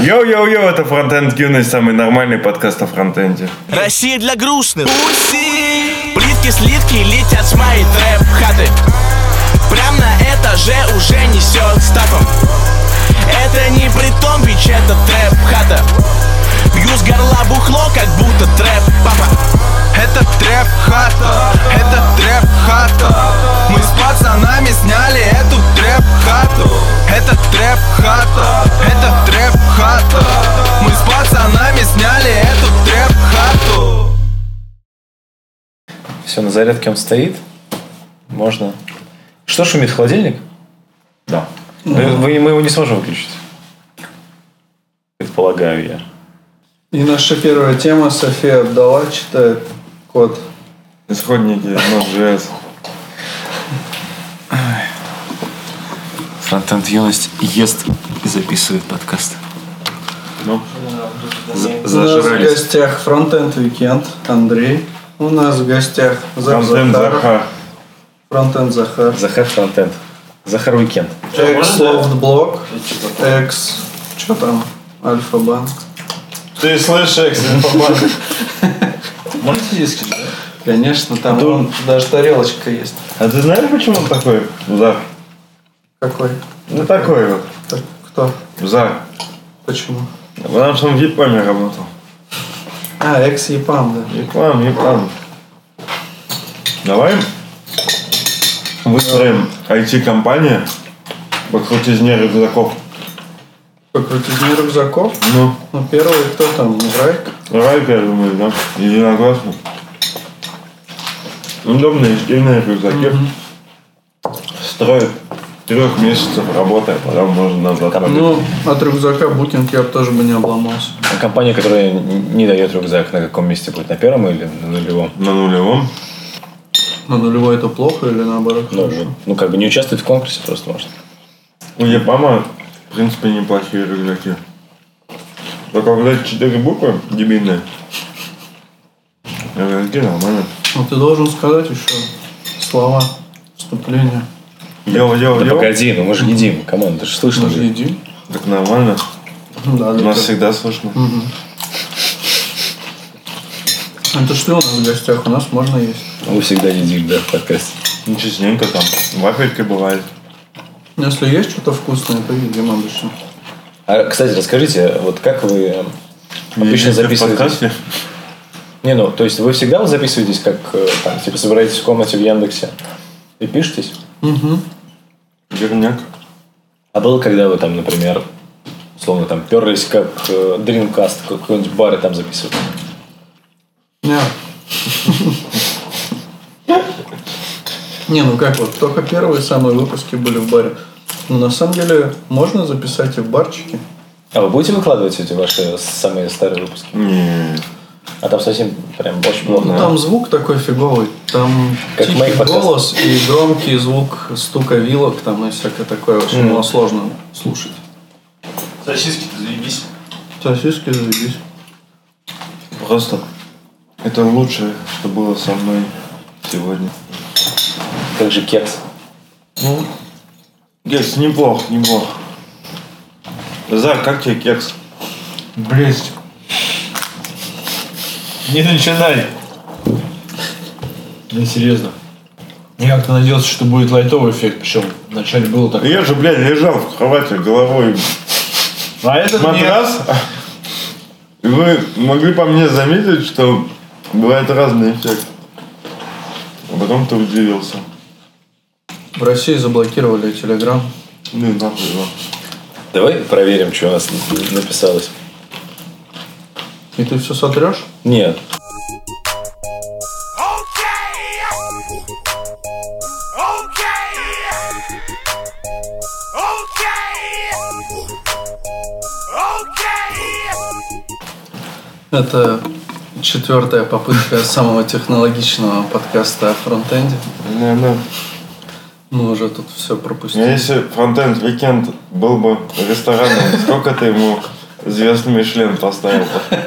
Йоу-йоу-йоу, это Фронтенд Юность, самый нормальный подкаст о фронтенде. Россия для грустных. Пуси. Плитки, слитки летят с моей трэп-хаты. Прям на этаже уже несет стапом. Это не притон, бич, это трэп-хата. Пью с горла бухло, как будто трэп-папа. Это трэп-хата, это трэп-хата. Мы с пацанами сняли эту трэп-хату. Это трэп-хата, это трэп-хата. Мы с пацанами сняли эту трэп-хату. Все, на зарядке он стоит. Можно. Что шумит, холодильник? Да. Мы его не сможем выключить. Предполагаю я. И наша первая тема София отдала, читает код. Исходники Node.js. Фронтенд Юность ест и записывает подкаст. Ну, У нас в гостях Фронтенд Викенд Андрей. У нас в гостях Фронтенд Захар. Фронтенд Захар. Захар Фронтенд. Захар Викенд. Экс-Софтблок. Экс... Что там? Альфа-банк. Ты слышишь, Экс-Инфобанк? Можете диски, да? Конечно, там вон даже тарелочка есть. А ты знаешь, почему он такой? Зар. Какой? Ну такой вот. Так, кто? Зар. Почему? Потому что он в Япаме работал. А, экс-Япам, да. Япам. Давай выстроим IT-компанию по крутизне рюкзаков. По крутизне рюкзаков? Ну, Первый кто там? Райк? Райк, я думаю, да? Единогласно. Удобные стильные рюкзаки. Строят 3 месяцев работы, а потом можно назад. Ну, от рюкзака букинг я бы тоже бы не обломался. А компания, которая не дает рюкзак, на каком месте будет? На первом или на нулевом? На нулевом. На нулевой это плохо или наоборот? Ну, как бы не участвует в конкурсе просто, может. У Япама, в принципе, неплохие рюкзаки. Только взять 4 буквы дебильные. Рюкзаки нормально. Ну, ты должен сказать еще слова вступления. Йоу-йоу-йоу. Да погоди, ну мы же едим. Камон, ты же слышно. Мы же едим. Так нормально. Да, У нас всегда слышно. Это что у нас в гостях? У нас можно есть. Мы всегда едим, да, в подкасте. Ну, честненько там. Вафелька бывает. Если есть что-то вкусное, то едим обычно. А, кстати, расскажите, вот как вы обычно записываетесь? В подкасте? Не, ну, то есть вы всегда записываетесь, как там, типа, собираетесь в комнате в Яндексе и пишетесь? Верняк. А было, когда вы там, например, условно, там, перлись как Dreamcast, какой-нибудь бар и там записывали? Нет. Не, ну как вот, только первые самые выпуски были в баре. Но на самом деле можно записать и в барчике. А вы будете выкладывать эти ваши самые старые выпуски? Нет. А там совсем прям очень плохо. Ну там звук такой фиговый. Там Как в моих тихий подкастах. голос и громкий звук стука вилок там и всякое такое. Очень сложно слушать. Сосиски-то заебись. Сосиски заебись. Просто это лучшее, что было со мной сегодня. Как же кекс? Ну, кекс неплох. Зар, как тебе кекс? Блесть. Не начинай. Не, серьезно. Я как-то надеялся, что будет лайтовый эффект, причем вначале было так. Я же, блядь, лежал в кровати головой А этот матрас. И вы могли по мне заметить, что бывает разный эффект. А потом ты удивился. В России заблокировали Telegram. Ну и нахуй его. Давай проверим, что у нас написалось. И ты все сотрешь? Нет. Это 4-я попытка самого технологичного подкаста о фронтенде. Да. Мы уже тут все А пропустили. если Фронтенд Викенд был бы рестораном, сколько ты ему звезд Мишлен поставил бы?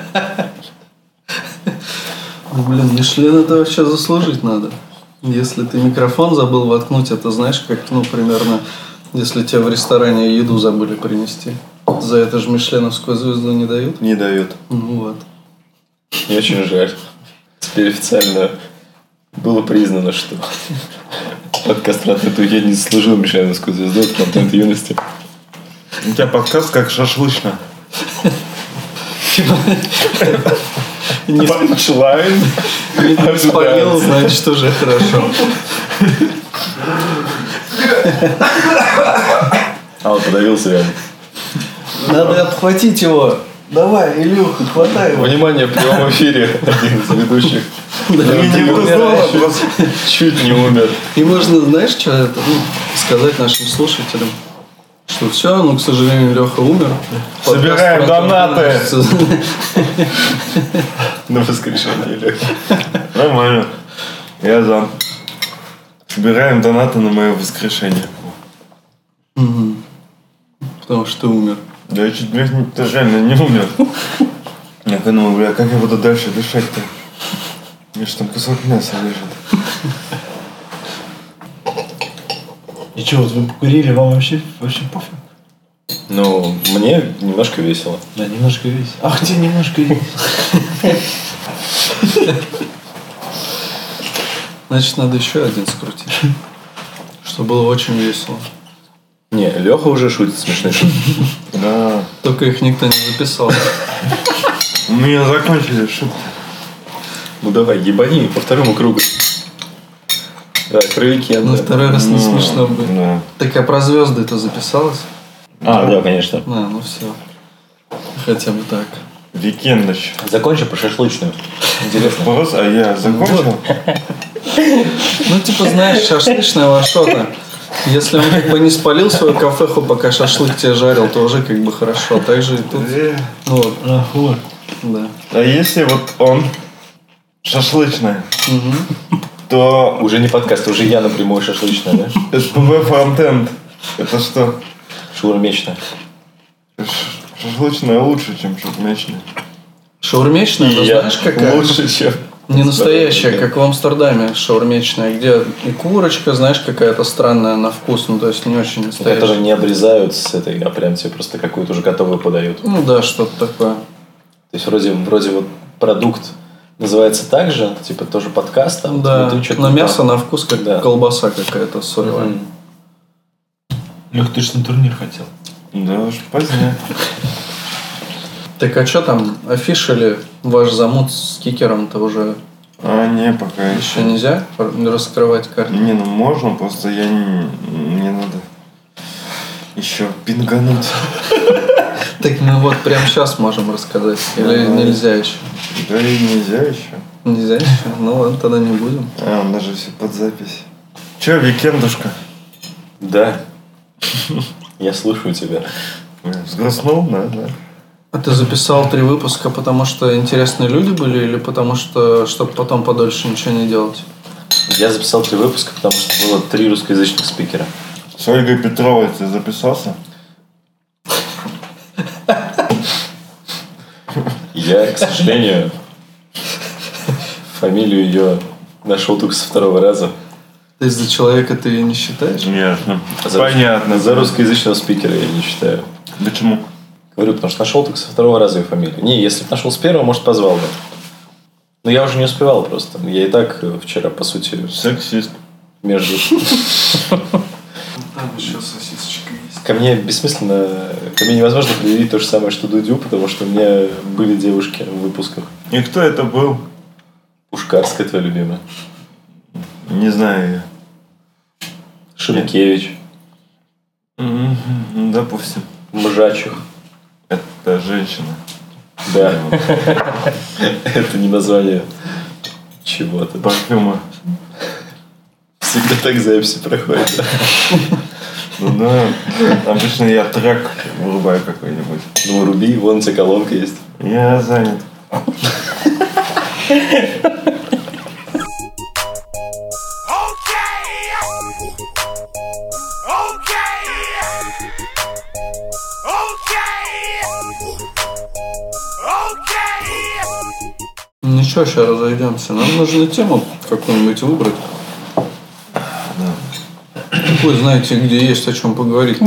Блин, Мишлен это вообще заслужить надо. Если ты микрофон забыл воткнуть, это знаешь, как, примерно, если тебе в ресторане еду забыли принести. За это же Мишленовскую звезду не дают? Не дают. Ну вот. Мне очень жаль. Теперь официально было признано, что подкаст «Рататуй» не заслужил Мишленовскую звезду от контента юности. У тебя подкаст как шашлычно. Не Панчлайн. спалил, значит, уже хорошо. А он подавился реально. Надо обхватить его. Давай, Илюха, хватай его. Внимание, в прямом эфире один из ведущих. Чуть не умер. И можно, знаешь, что это, сказать нашим слушателям? Что все, ну, к сожалению, Леха умер. Собираем донаты. На воскрешение Лехи. Нормально. Я за. Собираем донаты на мое воскрешение. Потому что ты умер. Да я чуть реально не умер. Я подумал, бля, как я буду дальше дышать-то? У меня же там кусок мяса лежит. И что, вот вы покурили, вам вообще пофиг? Ну, мне немножко весело. Да, немножко весело. Ах, тебе немножко весело. Значит, надо еще один скрутить. Чтобы было очень весело. Не, Леха уже шутит смешные шутки. Да. Только их никто не записал. У меня закончились шутки. Ну давай, ебани по второму кругу. Давай, про Уикенд. На второй раз не смешно будет. Да. Так а про звезды это записалось? Да, конечно. Ну все. Хотя бы так. Викендыч. Закончим про шашлычную. Интересно. Вопрос, а я закончил? Ну, типа, знаешь, шашлычная вашота. Если он как бы не спалил свою кафеху, пока шашлык тебе жарил, то уже как бы хорошо. Так же и тут. Ну вот, Ах, да. А если вот он шашлычная, то Уже не подкаст, уже я напрямую шашлычная, да? СПБ фронтенд. Это что? Шаурмечная. Шашлычная лучше, чем шаурмячная. Шаурмечная, ну Я знаешь какая? лучше, чем... Не настоящая, как в Амстердаме шаурмечная, где и курочка, знаешь, какая-то странная на вкус, ну то есть не очень настоящая. Которые не обрезают с этой, а прям тебе просто какую-то уже готовую подают. Ну да, что-то такое. То есть вроде вот продукт называется так же, типа тоже подкаст, там Да, внутри что-то но не мясо так. на вкус как Да. колбаса какая-то соевая. Мгм. Лех, ты же на турнир хотел. Да уж, позднее. Так а что там, афишили ваш замут с кикером-то уже А, не, пока еще еще. нельзя раскрывать карты? Не, ну можно, просто я не... Мне надо еще пингануть. Так мы вот прямо сейчас можем рассказать. Или Давай. нельзя еще? Да и нельзя еще. Нельзя еще? Ну ладно, тогда не будем. А, он даже все под запись. Че, викендушка? Да. Я слушаю тебя. Взгрустнул? Да, да. А ты записал 3 выпуска, потому что интересные люди были, или потому что, чтобы потом подольше ничего не делать? Я записал 3 выпуска, потому что было 3 русскоязычных спикера. С Ольгой Петровой ты записался? Я, к сожалению, фамилию ее нашел только со 2-го раза. Ты из-за человека ты ее не считаешь? Нет. За- Понятно. За русскоязычного спикера я не считаю. Почему? Говорю, потому что нашел только со 2-го раза ее фамилию. Не, если бы нашел с 1-го, может, позвал бы. Но я уже не успевал просто. Я и так вчера, по сути, Сексист. между... Там еще сосисочка есть. Ко мне невозможно предъявить то же самое, что Дудю, потому что у меня были девушки в выпусках. И кто это был? Пушкарская твоя любимая. Не знаю я. Шеликевич. Допустим. Мжачух. Это женщина. Да. Это не название чего-то. Парфюма. Всегда так записи проходят. Да? Ну да. Обычно я трек вырубаю какой-нибудь. Ну, руби, вон у тебя колонка есть. Я занят. Ничего, сейчас разойдемся. Нам нужно тему какую-нибудь выбрать. Такую, знаете, где есть о чем поговорить.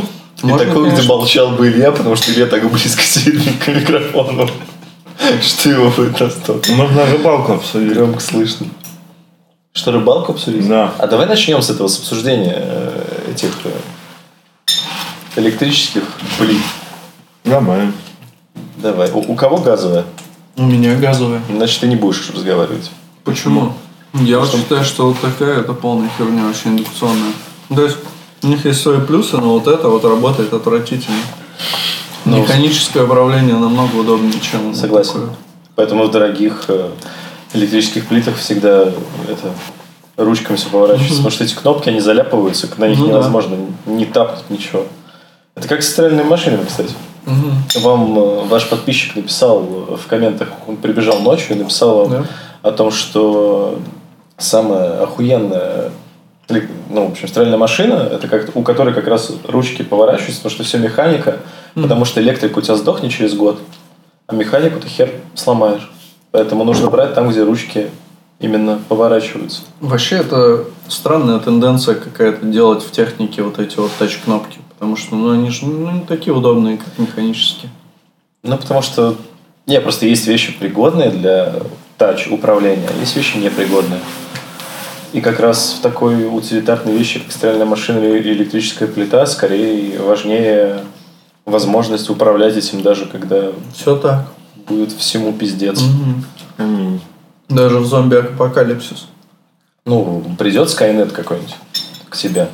И Можно, такой, где конечно. молчал бы Илья, потому что Илья так близко сидит к микрофону, что его будет настолько Можно рыбалку обсудить. громко слышно. Что, рыбалку обсудить? Да. А давай начнем с этого, с обсуждения этих электрических плит. Нормально. Давай. У кого газовая? У меня газовая. Значит, ты не будешь разговаривать. Почему? Я вот считаю, что вот такая это полная херня, вообще индукционная. То есть у них есть свои плюсы, но вот это вот работает отвратительно. Ну, Механическое управление намного удобнее, чем Согласен. такое. Поэтому в дорогих электрических плитах всегда это ручками все поворачивается. Потому что эти кнопки, они заляпываются, на них Ну да. невозможно не тапнуть ничего. Это как с стиральными машинами, кстати. Вам ваш подписчик написал в комментах, он прибежал ночью и написал вам Да. о том, что самая охуенная в общем, стиральная машина, это у которой как раз ручки поворачиваются, потому что все механика, потому что электрик у тебя сдохнет через год, а механику ты хер сломаешь. Поэтому нужно брать там, где ручки именно поворачиваются. Вообще это странная тенденция какая-то делать в технике вот эти вот тач-кнопки. Потому что они же не такие удобные, как механические. Ну, потому что просто есть вещи пригодные для тач-управления, а есть вещи непригодные. И как раз в такой утилитарной вещи, как стиральная машина или электрическая плита, скорее важнее возможность управлять этим даже когда Все так. будет всему пиздец. Аминь. Даже в зомби-апокалипсис. Ну, придет Skynet какой-нибудь к тебе,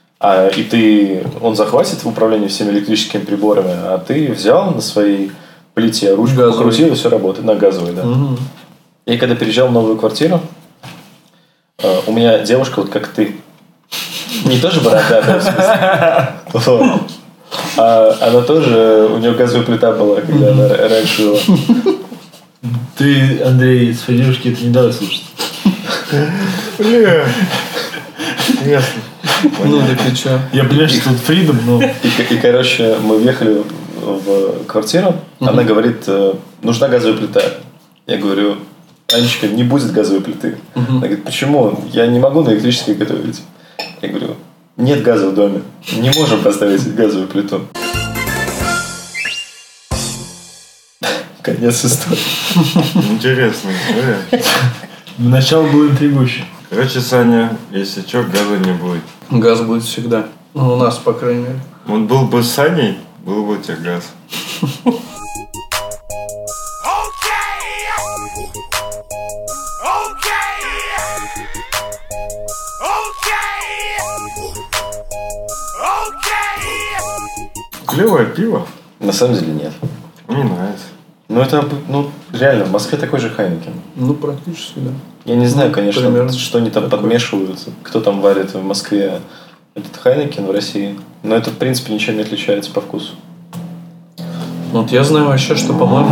он захватит в управлении всеми электрическими приборами, а ты взял на своей плите ручку, Газовый. покрутил, и все работает. На газовой, да. Я когда переезжал в новую квартиру, у меня девушка, вот как ты, не тоже бородатая, в смысле. Вот. А она тоже, у нее газовая плита была, когда она раньше жила. Ты, Андрей, своей девушке это не давай слушать. Бля. Ясно. Ну так и чё? Я понимаю, что тут фридом, но... И, короче, мы въехали в квартиру, она говорит, нужна газовая плита. Я говорю, Анечка, не будет газовой плиты. Она говорит, почему? Я не могу на электрической готовить. Я говорю, нет газа в доме. Не можем поставить газовую плиту. Конец истории. Интересно. Бля. Начало было интригующе. Короче, Саня, если что, газа не будет. Газ будет всегда. Ну, у нас, по крайней мере. Он был бы с Саней, был бы у тебя газ. Клевое пиво. На самом деле нет. Мне нравится. Ну, это, реально, в Москве такой же Хайнекен. Ну, практически, да. Я не знаю, конечно, примерно что они там такое. подмешивают, кто там варит в Москве этот Хайнекен в России. Но это, в принципе, ничем не отличается по вкусу. Вот я знаю вообще, что, по-моему,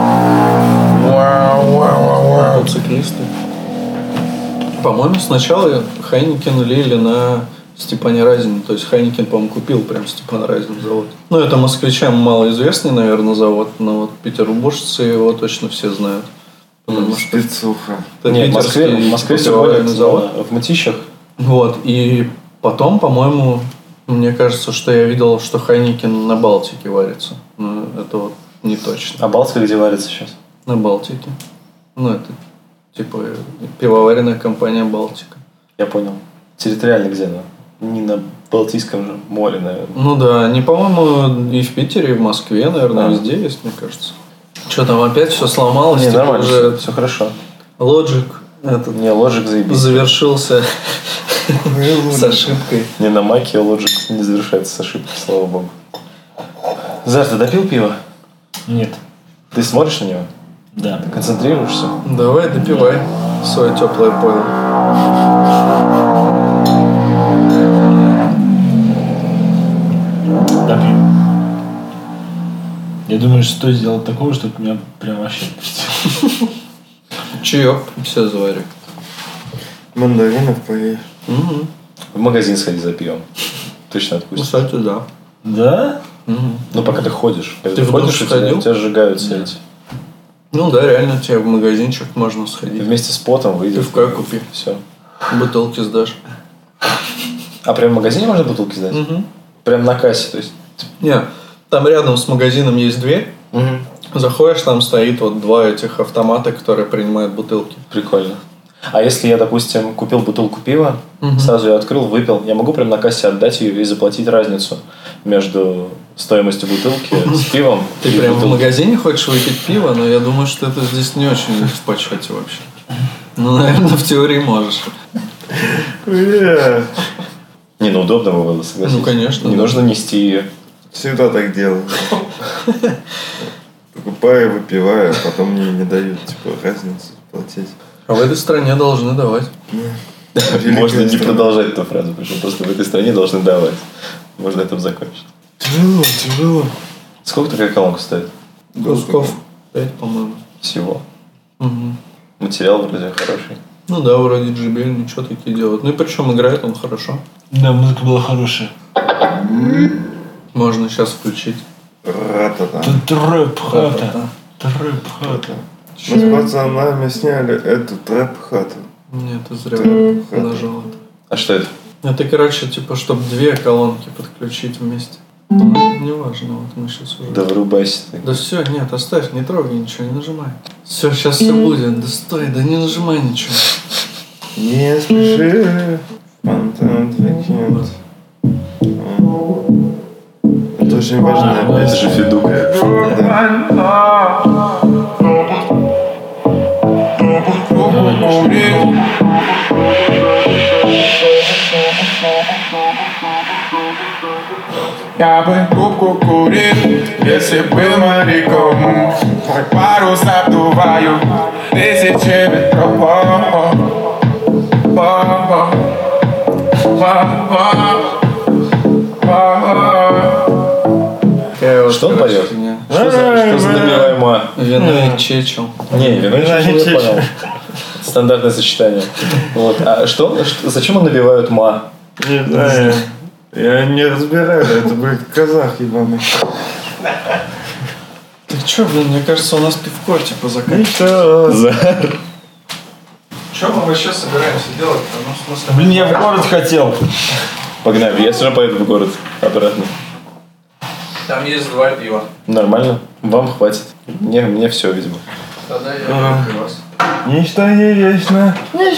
мотоциклисты. По-моему, сначала Хайнекен лили на Степане Разине. То есть Хайнекен, по-моему, купил прям Степан Разин завод. Ну, это москвичам малоизвестный, наверное, завод, но вот петербуржцы его точно все знают. Потому что Спецуха. это Нет, в Москве питерский все пивоваренный ходят завод. в Мытищах. Вот, и потом, по-моему, мне кажется, что я видел, что Хайнекен на Балтике варится. Но это вот не точно. А Балтика где варится сейчас? На Балтике. Ну, это типа пивоваренная компания Балтика. Я понял. Территориально где она? Не на Балтийском же море, наверное. Ну да, они, по-моему, и в Питере, и в Москве, наверное, А. везде есть, мне кажется. Что там опять все сломалось? Не, типа нормально, уже все хорошо. Logic этот Не, Logic заебись. завершился с ошибкой. Не, на Маке Logic не завершается с ошибкой, слава богу. Зар, ты допил пиво? Нет. Ты смотришь на него? Да. Концентрируешься? Давай, допивай свое теплое пойло. Допью. Я думаю, что стоит сделать такого, чтобы меня прям вообще отпустил. Чаек все заварю. Мандаринов поешь. В магазин сходи за пивом. Точно отпустишь. Кстати, да. Да? Ну, пока ты ходишь. Когда Ты в душ ходишь, ходил? у тебя сжигаются эти. Ну да, реально, тебе в магазинчик можно И сходить. вместе с потом выйдешь. Пивка купи. Все. Бутылки сдашь. А прям в магазине можно бутылки сдать? Прям на кассе, то есть. Не, там рядом с магазином есть дверь. Заходишь, там стоит вот 2 этих автомата, которые принимают бутылки. Прикольно. А если я, допустим, купил бутылку пива, сразу ее открыл, выпил, я могу прям на кассе отдать ее и заплатить разницу между стоимостью бутылки с пивом Ты и прям в бутылкой? магазине хочешь выпить пиво, но я думаю, что это здесь не очень в почете вообще. Ну, наверное, в теории можешь. Бля. Не, ну удобно было, согласись. Ну, конечно, Не да. нужно нести ее. Всегда так делаю. Покупаю, выпиваю, а потом мне не дают, типа, разницу платить. А в этой стране должны давать. Можно не страна. продолжать эту фразу, потому что просто в этой стране должны давать. Можно этом закончить. Тяжело. Сколько такая колонка стоит? Кусков 5, по-моему. Всего. Мгм. Материал вроде хороший. Ну да, вроде JBL ничего такие делают. Ну и причем играет он хорошо. Да, музыка была хорошая. Можно сейчас включить. Ра-та-та. Трэп-хата. Трэп-хата. Мы с пацанами сняли эту трэп-хату. Нет, ты зря Трэп-хата. нажал это. А что это? Это, короче, типа, чтобы 2 колонки подключить вместе. Ну, неважно, вот мы сейчас уже... Да вырубайся ты. Да все, нет, оставь, не трогай ничего, не нажимай. Все, сейчас все будет. Да стой, да не нажимай ничего. Не спеши, фонтан двигает. Это очень важная Это песня. же Федук. Я бы трубку курил, если был моряком. Мой парус обдуваю тысячи ветров. Такая вот, Что он короче, поет? фигня. Что за добиваемое? Вино и чечил. Не, вино и Вино и чечил, я чечил. понял. Стандартное сочетание. Вот. А зачем он набивают ма? Не знаю. Я не разбираю, это будет казах ебаный. Ты чё, блин, мне кажется, у нас пивко типа заканчивается. Что? Что мы вообще собираемся делать? Ну, в смысле, Блин, я в город хотел. Погнали, я все равно поеду в город обратно. там есть 2 пива. Нормально? Вам хватит. Мне все, видимо. Тогда я люблю вас. Ничто не вечно.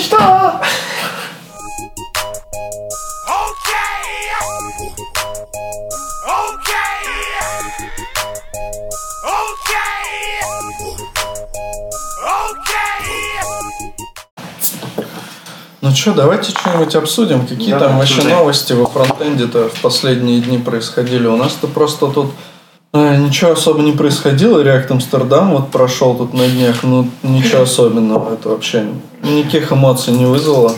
Ну что, давайте что-нибудь обсудим. Какие Давай, там вообще обсуждай. новости во фронтенде-то в последние дни происходили? У нас-то просто тут ничего особо не происходило. React Amsterdam вот прошел тут на днях. Ну, ничего особенного. Это вообще никаких эмоций не вызвало.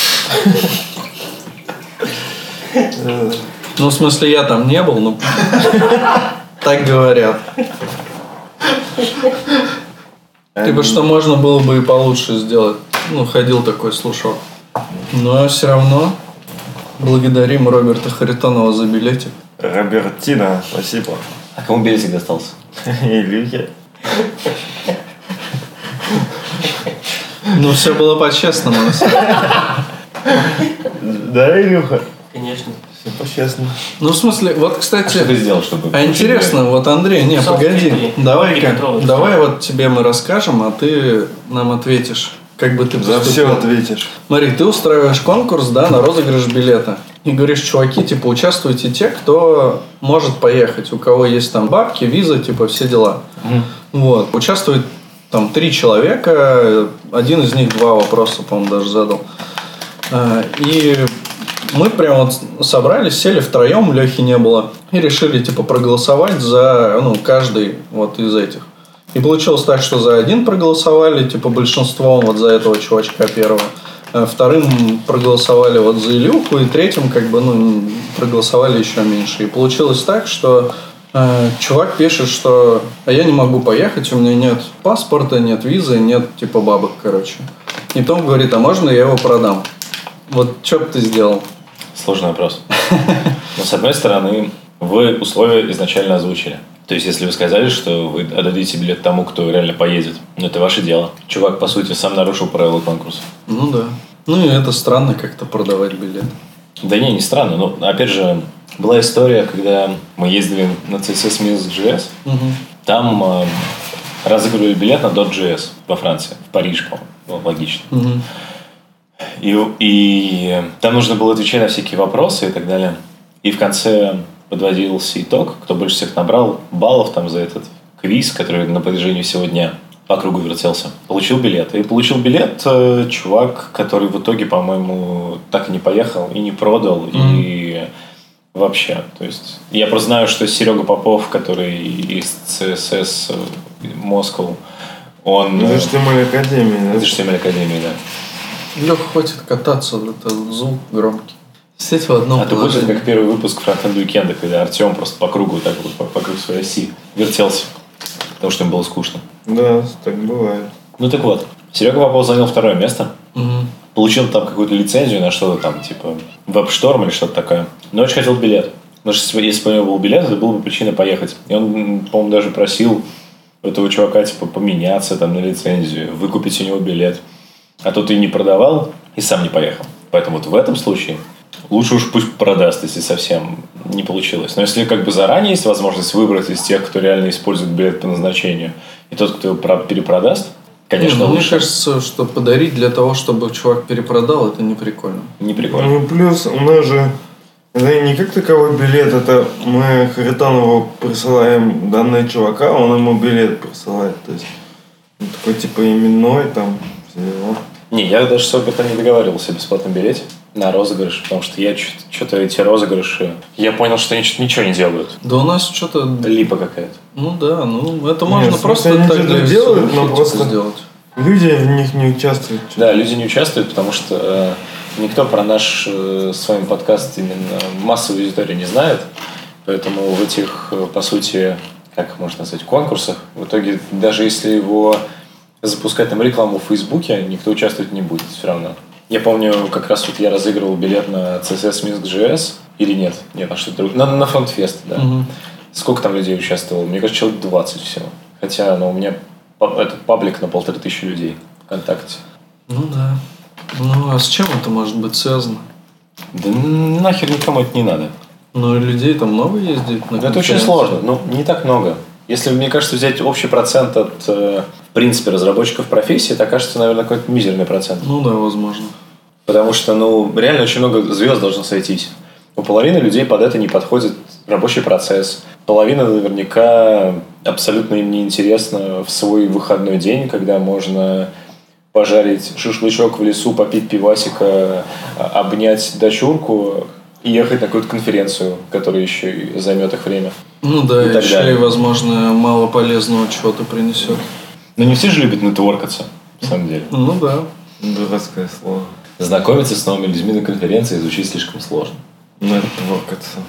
Ну, в смысле, я там не был, но так говорят. Типа, что можно было бы и получше сделать. Ну, ходил такой, слушал. Но все равно благодарим Роберта Харитонова за билетик. Робертина, спасибо. А кому билетик достался? Илюхе. Ну, все было по-честному. на самом деле. Да, Илюха? Конечно. Все по-честному. Ну, в смысле, вот, кстати... Что ты сделал, чтобы... А интересно, вот, Андрей, не, Софт погоди. Кипри. Давай-ка, Петрович. давай вот тебе мы расскажем, а ты нам ответишь. Как бы ты За поступил. все ответишь. Смотри, ты устраиваешь конкурс, да, на розыгрыш билета. И говоришь, чуваки, типа, участвуйте те, кто может поехать, у кого есть там бабки, виза, типа, все дела. Вот. Участвует там 3 человека, один из них 2 вопроса, по-моему, даже задал. И мы прям вот собрались, сели втроем, Лехи не было, и решили, типа, проголосовать за, ну, каждый вот из этих. И получилось так, что за один проголосовали, типа, большинством вот за этого чувачка первого. Вторым проголосовали вот за Илюху, и третьим, как бы, ну, проголосовали еще меньше. И получилось так, что чувак пишет, что «а я не могу поехать, у меня нет паспорта, нет визы, нет, типа, бабок, короче». И Том говорит, а можно я его продам? Вот что бы ты сделал? Сложный вопрос. Но с одной стороны, вы условия изначально озвучили. То есть, если вы сказали, что вы отдадите билет тому, кто реально поедет, ну, это ваше дело. Чувак, по сути, сам нарушил правила конкурса. Ну да. Ну и это странно как-то продавать билет. Да не странно. Но, опять же, Была история, когда мы ездили на CSS Minsk.js. Там разыгрывали билет на .js во Франции, в Париж, по-моему. Ну, логично. И там нужно было отвечать на всякие вопросы и так далее. И в конце подводился итог, кто больше всех набрал баллов там за этот квиз, который на протяжении всего дня по кругу вертелся. Получил билет. И получил билет чувак, который в итоге, по-моему, так и не поехал и не продал. И вообще. То есть я просто знаю, что Серега Попов, который из CSS Moscow, он... Это HTML Академии, да? Это HTML Академии, да. Леха, хватит кататься, это звук громкий. Сидеть в одном ты помнишь, положении. как первый выпуск Frontend Weekend, когда Артем просто по кругу, так вот, по кругу своей оси вертелся, потому что им было скучно. Да, так бывает. Ну так вот, Серега Попов занял второе место. Получил там какую-то лицензию на что-то там, типа WebStorm или что-то такое. Но очень хотел билет. Потому что если бы у него был билет, это была бы причина поехать. И он, по-моему, даже просил этого чувака типа поменяться там на лицензию, выкупить у него билет. А тот и не продавал, и сам не поехал. Поэтому вот в этом случае лучше уж пусть продаст, если совсем не получилось. Но если как бы заранее есть возможность выбрать из тех, кто реально использует билет по назначению, и тот, кто его перепродаст, конечно, Мне лучше. кажется, что подарить для того, чтобы чувак перепродал, это не прикольно. Не прикольно. Ну, плюс у нас же это не как таковой билет, это мы Харитонову присылаем данные чувака, он ему билет присылает. То есть он такой типа именной там все дела. Не, я даже с опытом не договаривался о бесплатном билете на розыгрыш, потому что я что-то эти розыгрыши... Я понял, что они что-то ничего не делают. Да у нас что-то... Липа какая-то. Ну да, это можно Нет, просто они так что-то для делают, веселухи, но типа, просто- сделать. Люди в них не участвуют. Да, люди не участвуют, потому что никто про наш с вами подкаст именно массовую аудиторию не знает. Поэтому в этих, по сути, как можно назвать, конкурсах, в итоге, даже если его запускать там рекламу в Фейсбуке, никто участвовать не будет все равно. Я помню, как раз вот я разыгрывал билет на CSS Minsk.js, или нет? Нет, на что-то другое. На фронтфест, да. Сколько там людей участвовало? Мне кажется, человек 20 всего. Хотя, у меня этот паблик на 1500 людей ВКонтакте. Ну да. Ну а с чем это может быть связано? Да нахер никому это не надо. Ну и людей там много ездит на Это очень конференции. сложно. Не так много. Если, мне кажется, взять общий процент от, в принципе, разработчиков профессии, это окажется, наверное, какой-то мизерный процент. Ну да, возможно. Потому что, реально очень много звезд должно сойтись. У половины людей под это не подходит рабочий процесс. Половина наверняка абсолютно им не интересно в свой выходной день, когда можно пожарить шашлычок в лесу, попить пивасика, обнять дочурку и ехать на какую-то конференцию, которая еще и займет их время. Ну да, И так еще далее. и, возможно, мало полезного чего-то принесет. Но не все же любят нетворкаться, на самом деле. Ну да. Дурацкое слово. Знакомиться с новыми людьми на конференции звучит слишком сложно. Нетворкаться.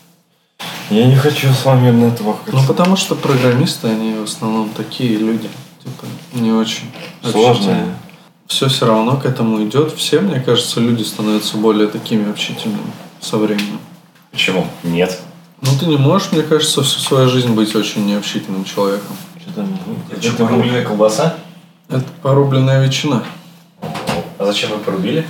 Я не хочу с вами нетворкаться. Ну потому что программисты, они в основном такие люди. Типа, не очень Сложное. Все равно к этому идет. Все, мне кажется, люди становятся более такими общительными со временем. Почему? Нет. Ну ты не можешь, мне кажется, всю свою жизнь быть очень необщительным человеком. Что там? Это порубленная колбаса? Это порубленная ветчина. А зачем вы порубили?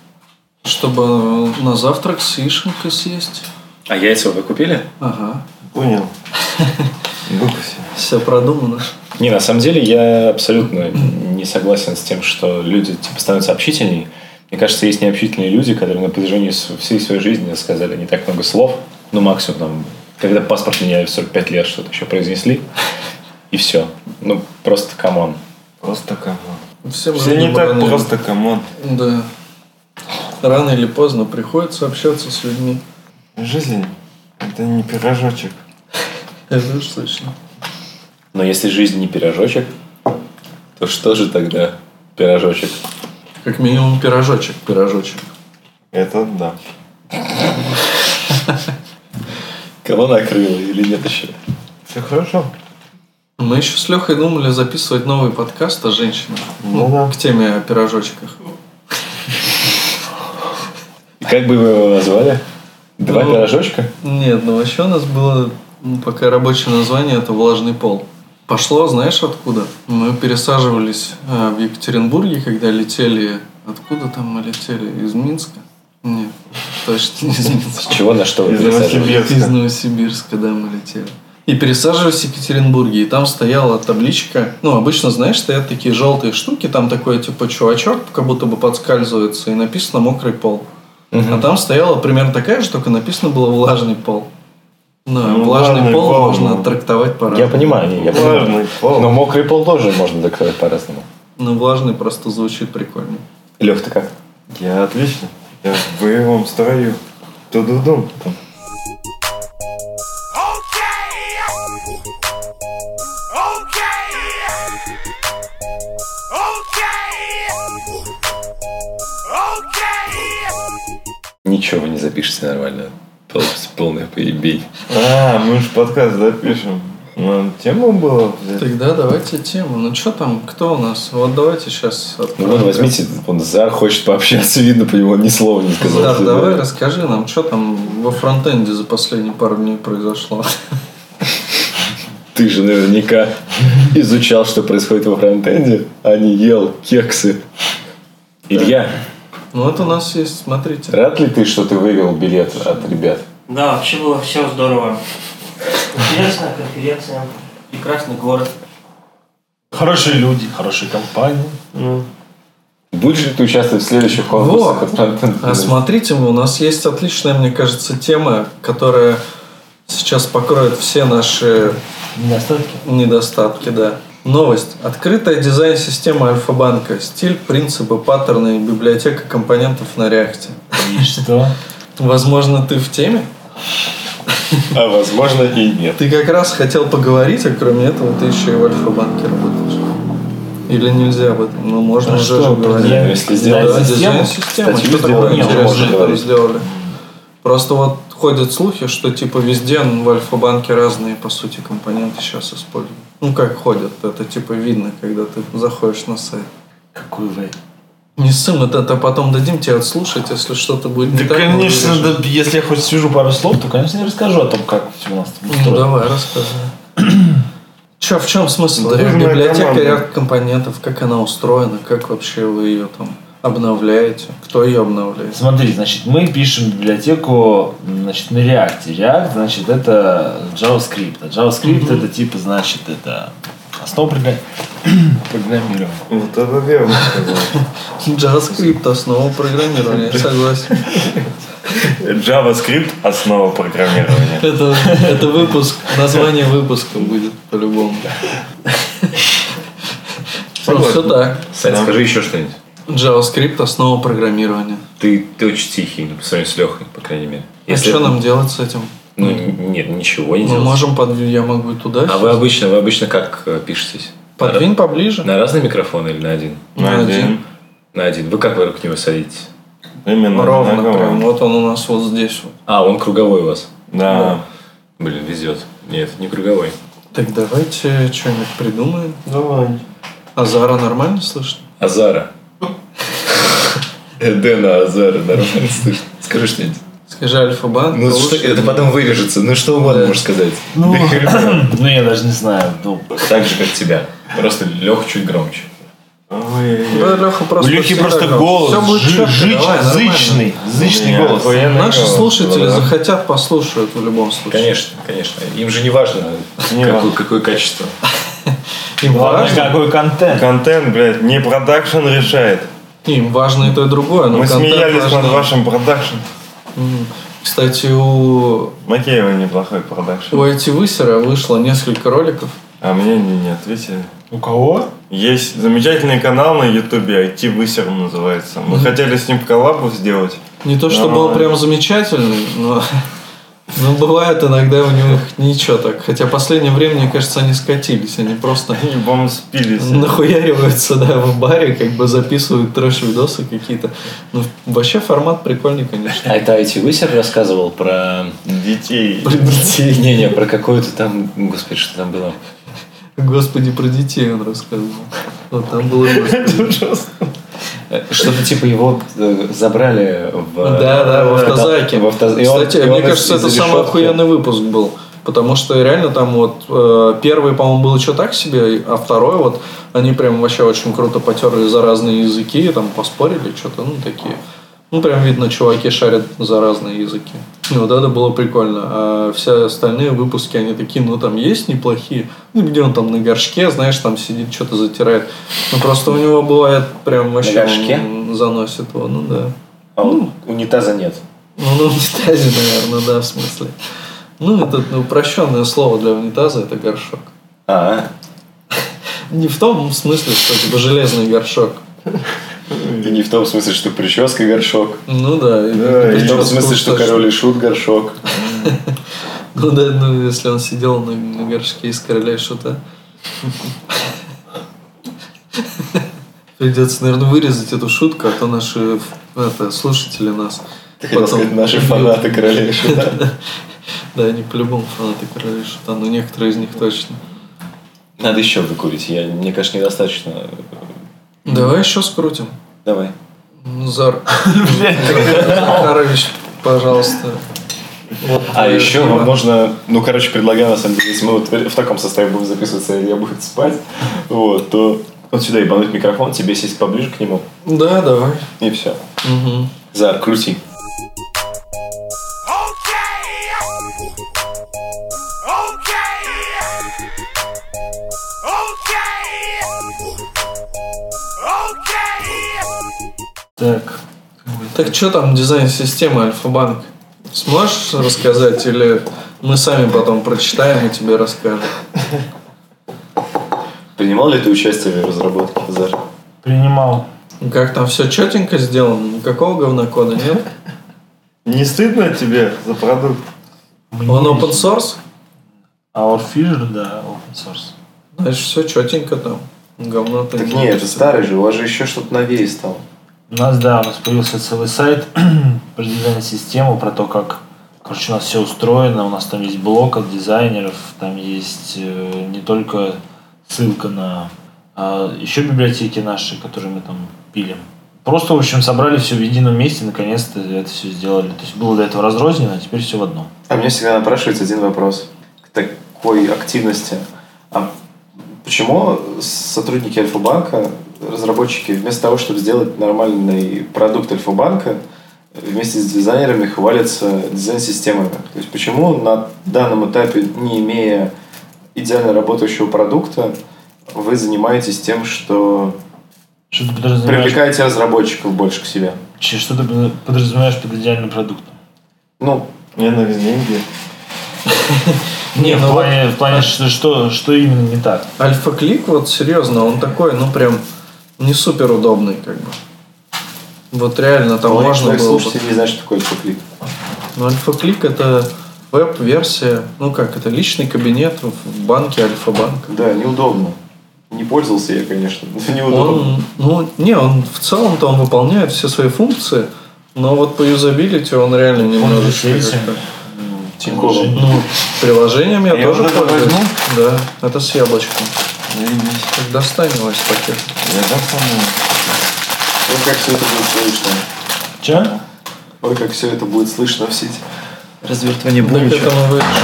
Чтобы на завтрак с яишенкой съесть. А яйца вы купили? Ага. Понял. Выкуси. Все продумано. Не, на самом деле я абсолютно не согласен с тем, что люди становятся общительнее. Мне кажется, есть необщительные люди, которые на протяжении всей своей жизни сказали не так много слов. Максимум там, когда паспорт меняли в 45 лет, что-то еще произнесли. И все. Просто камон. Просто камон. Всем Все не людям так рано- просто камон. Да. Рано или поздно приходится общаться с людьми. Жизнь — это не пирожочек. Это уж точно. Но если жизнь не пирожочек, то что же тогда пирожочек? Как минимум пирожочек. Это да. Кого накрыло или нет еще? Все хорошо. Мы еще с Лехой думали записывать новый подкаст о женщинах. Ну-да. К теме о пирожочках. И как бы вы его назвали? Два Ну, пирожочка? Нет, вообще у нас было пока рабочее название, это «Влажный пол». Пошло, знаешь, откуда? Мы пересаживались в Екатеринбурге, когда летели... Откуда там мы летели? Из Минска? Нет, точно не из Минска. С чего на что вы Из пересаживались? Новосибирска. Из Новосибирска, да, мы летели. И пересаживались в Екатеринбурге, и там стояла табличка. Ну, обычно, знаешь, стоят такие желтые штуки, там такой, типа, чувачок, как будто бы подскальзывается, и написано «мокрый пол». А там стояла примерно такая же, только написано было «влажный пол». Ну, влажный пол можно трактовать по-разному. Я понимаю, я Влажный понимаю. пол. Но мокрый пол тоже можно трактовать по-разному. Но влажный просто звучит прикольно. Лех, ты как? Я отлично. Я в боевом строю. Ту-ду-дум. Ничего не запишется нормально. Полное поебень. Мы же подкаст запишем. Ну, тему было взять. Тогда давайте тему. Ну, что там, кто у нас? Вот давайте сейчас... Ну, вон, возьмите, он Зар хочет пообщаться, видно по нему, ни слова не сказал. Зар, давай расскажи нам, что там во фронтенде за последние пару дней произошло. Ты же наверняка изучал, что происходит во фронтенде, а не ел кексы. Илья, Ну, вот у нас есть, смотрите. рад ли ты, что ты выиграл билет от ребят? Да, вообще было все здорово. Интересная конференция, прекрасный город. Хорошие люди, хорошие компании. Будешь ли ты участвовать в следующих конкурсах Вот. от фронтенда? А смотрите, у нас есть отличная, мне кажется, тема, которая сейчас покроет все наши недостатки, да. Новость. Открытая дизайн-система Альфа-банка. Стиль, принципы, паттерны и библиотека компонентов на React. И что? Возможно, ты в теме? А возможно и нет. Ты как раз хотел поговорить, а кроме этого ты еще и в Альфа-банке работаешь. Или нельзя об этом? Ну, можно А уже что, же говорить. я- Если сделать Да, систему? дизайн-система. Кстати, Что вы такое сделали, не интересное, можете что говорить. сделали? Просто вот ходят слухи, что типа везде в Альфа-банке разные, по сути, компоненты сейчас используют. Ну, как ходят, это типа видно, когда ты заходишь на сайт. Какой вы? Не ссым, это потом дадим тебе отслушать, если что-то будет не Да, так. мы конечно, вырежем. да, если я хоть свяжу пару слов, то, конечно, я расскажу о том, как все у нас там Ну, устроено. давай, рассказывай. Че, в чем смысл? Дружная Библиотека команда. ряд компонентов, как она устроена, как вообще вы ее там обновляете, кто ее обновляет? Смотри, значит, мы пишем библиотеку, значит, на React. React, значит, это JavaScript. А JavaScript это типа, значит, это основа программирования. Вот это верно сказал. JavaScript основа программирования, я согласен. JavaScript – основа программирования. Это выпуск, название выпуска будет по-любому. Просто так. Сань, скажи еще что-нибудь. JavaScript основа программирования. Ты очень тихий, по сравнению с Лехой, по крайней мере. А что нам делать с этим? Ну, нет, ничего не Мы делать. можем я могу туда. А вы обычно как пишетесь? Подвинь поближе. На разные микрофоны или на один? На один. На один. Вы как вокруг него садитесь? Именно. Ровно ногами. прям. Вот он у нас вот здесь вот. А, он круговой у вас. Да. Блин, везет. Нет, не круговой. Так давайте что-нибудь придумаем. Давай. А Зара нормально слышно? Азара. Эдена Азара, нормально слышно. Скажи что-нибудь. Скажи Альфа-банк. Ну, что, это потом вырежется. Ну, что угодно Да. можешь сказать. Ну, я даже не знаю. Ну, Так же, как тебя. Просто Леха чуть громче. Ой, Да, Леха у просто Лехи всегда просто громко. голос Всё будет чётко, давай, нормально. зычный голос. Наши слушатели захотят, послушают в любом случае. Конечно, конечно. Им же не важно, какое качество. Им Главное, важно, какой контент. Контент, блядь, не продакшн решает. им важно и то, и другое. Но Мы контент смеялись важнее. над вашим продакшн. Кстати, у Макеева неплохой продакшн. IT-высера вышло несколько роликов. А мне не ответили. У кого? Есть замечательный канал на Ютубе, IT-высер называется. Мы хотели с ним коллабу сделать. Не то, чтобы он Нормально. прям замечательный, но бывает иногда у них ничего так. Хотя в последнее время, мне кажется, они скатились. Они просто Они, по-моему, спились. нахуяриваются, да, в баре, как бы записывают трэш-видосы какие-то. Ну, вообще формат прикольный, конечно. А это IT-высер рассказывал про... Детей. Про детей. Не-не, про какое-то там... Господи, что там было? Господи, про детей он рассказывал. Вот там было господи. Что-то типа его забрали в... Да, в автозаке. в авто- и он- Кстати, и он мне кажется, из-за это самый решетки. охуенный выпуск был. Потому что реально там вот первый, по-моему, был еще так себе, а второй вот они прям вообще очень круто потерли за разные языки, там поспорили, что-то, ну, такие Ну, прям видно, чуваки шарят за разные языки. И вот это было прикольно. А все остальные выпуски, они такие, ну, там есть неплохие. Ну, где он там на горшке, знаешь, там сидит, что-то затирает. Ну, просто у него бывает прям вообще... На горшке? Он заносит его, ну, да. А унитаза нет. Ну, на унитазе, наверное, да, в смысле. Ну, это упрощенное слово для унитаза, это горшок. Не в том смысле, что типа железный горшок. И не в том смысле, что прическа горшок. Ну да. И в том смысле, что король и шут горшок. Ну да, ну если он сидел на горшке из короля и шута. Придется, наверное, вырезать эту шутку, а то наши слушатели нас... Ты хотел сказать, наши фанаты короля и шута. Да, они по-любому фанаты короля и шута, но некоторые из них точно. Надо еще выкурить. Мне кажется, недостаточно. Давай еще скрутим. Давай. Зар. Захарович, пожалуйста. Вот еще можно, предлагаю, на самом деле, если мы вот в таком составе будем записываться, и я буду спать, вот, то вот сюда ебануть микрофон, тебе сесть поближе к нему. Да, давай. И все. Зар, крути. Так что там дизайн системы Альфа-Банк? Сможешь рассказать или мы сами потом прочитаем и тебе расскажем? Принимал ли ты участие в разработке, Зар? Принимал. Как там все четенько сделано? Никакого говнокода нет? Не стыдно тебе за продукт? Он open source? Our Fisher, да, open source. Значит, все четенько там. Говно-то Так нет, это старый же, у вас же еще что-то новее стало. У нас появился целый сайт про дизайн системы, про то, как, у нас все устроено. У нас там есть блок от дизайнеров, там есть не только ссылка на еще библиотеки наши, которые мы там пилим. Просто, в общем, собрали все в едином месте, наконец-то это все сделали. То есть было до этого разрознено, а теперь все в одном. А мне всегда напрашивается один вопрос к такой активности. А почему сотрудники Альфа-банка, разработчики, вместо того, чтобы сделать нормальный продукт Альфа-банка, вместе с дизайнерами хвалятся дизайн-системами? То есть почему на данном этапе, не имея идеально работающего продукта, вы занимаетесь тем, что привлекаете разработчиков больше к себе? Что ты подразумеваешь под идеальным продуктом? Мне нужны деньги. Не, в плане, что именно не так? Альфа-клик, вот серьезно, он такой, прям не супер удобный, как бы. Вот реально там можно было... Слушайте, не знаю, что такое Альфа-клик. Альфа-клик это веб-версия, это личный кабинет в банке Альфа-банк. Да, неудобно. Не пользовался я, конечно, неудобно. Он в целом-то он выполняет все свои функции, но вот по юзабилити он реально немножечко Тинькофф. Приложением я тоже пользуюсь. возьму? Да, это с яблочком. Достань его из пакета. Я достану. Как все это будет слышно? Че? Ой, как все это будет слышно в сети. Развертывание Так это мы вырежем.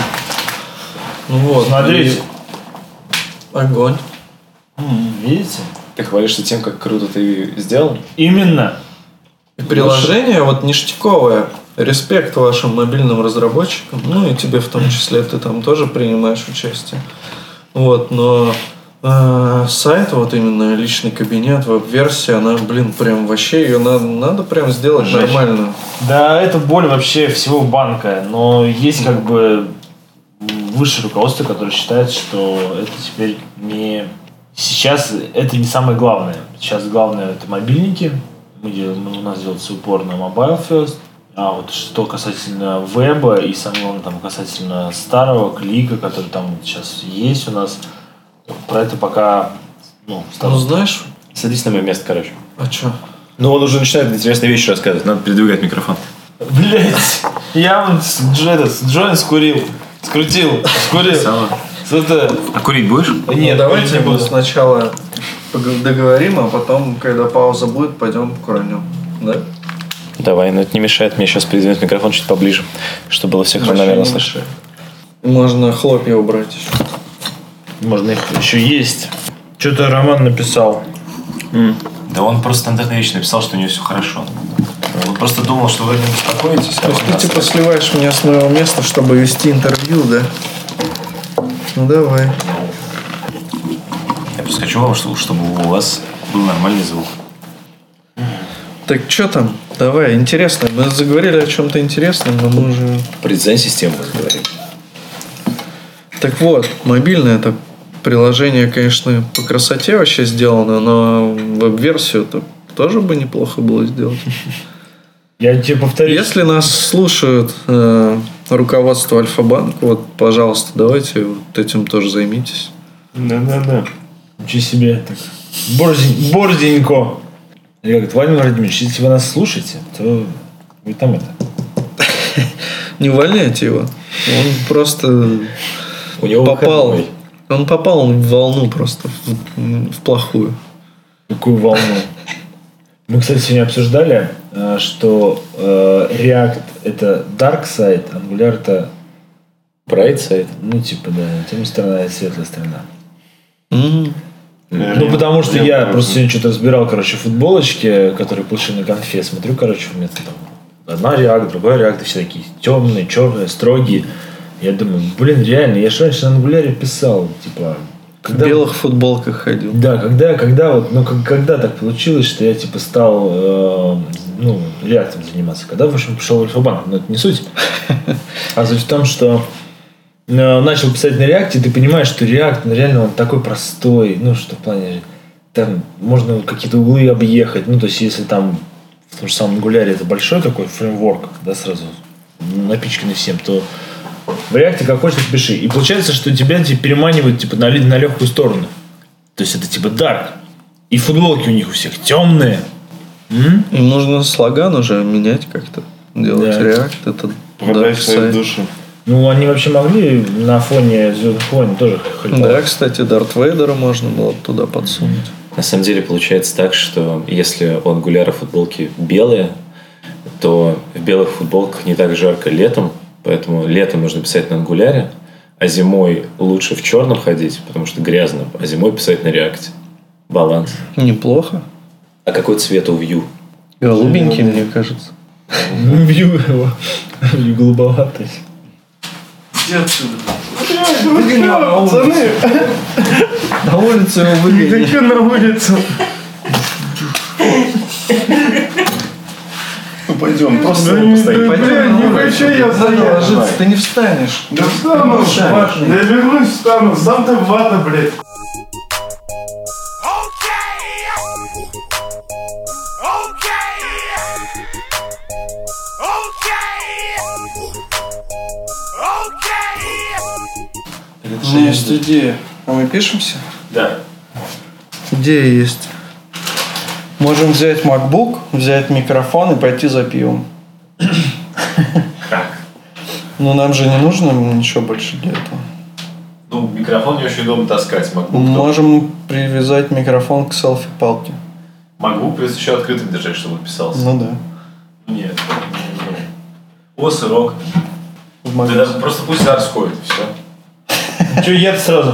Вот. Смотрите. Огонь. Видите? Ты хвалишься тем, как круто ты сделал? Именно. И приложение ништяковое. Респект вашим мобильным разработчикам. И тебе в том числе, ты там тоже принимаешь участие. Но сайт, именно личный кабинет, веб-версия, она, прям вообще ее надо прям сделать нормально. Да, это боль вообще всего банка. Но есть высшее руководство, которое считает, что это теперь не... Сейчас это не самое главное. Сейчас главное это мобильники. У нас делается упор на mobile first. А вот что касательно веба и самое главное касательно старого клика, который там сейчас есть у нас, про это пока знаешь... Садись на мое место, короче. А чё? Он уже начинает интересные вещи рассказывать. Надо передвигать микрофон. Блять, я с Джоин скурил. Скрутил. А курить будешь? Нет, давайте мы сначала договорим, а потом, когда пауза будет, пойдем куранем. Да? Давай, но это не мешает мне сейчас передвинуть микрофон чуть поближе, чтобы было всех равномерно слышно. Можно хлопья убрать еще. Можно их еще есть. Что-то Роман написал. Да он просто стандартные вещи написал, что у него все хорошо. Он просто думал, что вы не беспокоитесь. То есть ты типа сливаешь меня с моего места, чтобы вести интервью, да? Ну давай. Я просто хочу вам, чтобы у вас был нормальный звук. Так что там? Давай, интересно. Мы заговорили о чем-то интересном, но мы уже... Про дизайн-систему разговариваем. Так вот, мобильное это приложение, конечно, по красоте вообще сделано, но веб-версию-то тоже бы неплохо было сделать. Я тебе повторю. Если нас слушают руководство Альфа-банка, вот, пожалуйста, давайте вот этим тоже займитесь. Да. Ничего себе. Так. Борзенько. Или как это, Владимир Владимирович, если вы нас слушаете, то вы там это. Не увольняйте его. Он просто У него попал. выходной. Он попал в волну просто, в плохую. Какую волну. Мы, кстати, сегодня обсуждали, что React это dark side, Angular это Bright side. ну типа да, темная сторона и светлая сторона. Мгм. Ну, потому что я просто сегодня что-то разбирал, короче, футболочки, которые получил на конфе. Смотрю, короче, у меня там одна React, другая React, и все такие темные, черные, строгие. Я думаю, блин, реально, я же раньше на Angular писал, типа... В белых футболках ходил. Да, когда вот, ну, когда так получилось, что я, типа, стал, React заниматься. Когда, в общем, пришел в Альфа-банк, но это не суть. А суть в том, что начал писать на React, и ты понимаешь, что React, ну, реально он такой простой, ну, что в плане, там можно какие-то углы объехать, ну, то есть, если там в том же самом Angular это большой такой фреймворк, да, сразу напичканный всем, то в React как хочешь, так пиши. И получается, что тебя переманивают, типа, на легкую сторону. То есть, это, типа, dark. И футболки у них у всех темные. Им нужно слоган уже менять как-то. Делать Да. React, это Продай dark свои side. души. Ну, они вообще могли на фоне Звездных войн тоже ходить. Да, кстати, Дарт Вейдера можно было бы туда подсунуть. На самом деле получается так, что если у Angular футболки белые, то в белых футболках не так жарко летом, поэтому летом нужно писать на Angular, а зимой лучше в черном ходить, потому что грязно, а зимой писать на React. Баланс. Неплохо. А какой цвет у Vue? Голубенький, мне кажется. Бью его. Или голубоватый. Пацаны, На улице его выгонят. хочу на улицу. Ну пойдем, просто Пойдем, не хочу я Ложиться, ты не встанешь. Да встану, я вернусь, встану, сам ты вата, блядь. У меня есть идея. А мы пишемся? Да. Идея есть. Можем взять MacBook, взять микрофон и пойти за пивом. Как? Ну, нам же не нужно ничего больше для этого. Ну, микрофон не очень удобно таскать. MacBook, Можем привязать микрофон к селфи-палке. MacBook придется еще открытым держать, чтобы писался. Ну да. Нет. О, сырок. В Да, магазин. просто пусть зараз ходит, и все. Че, ед сразу?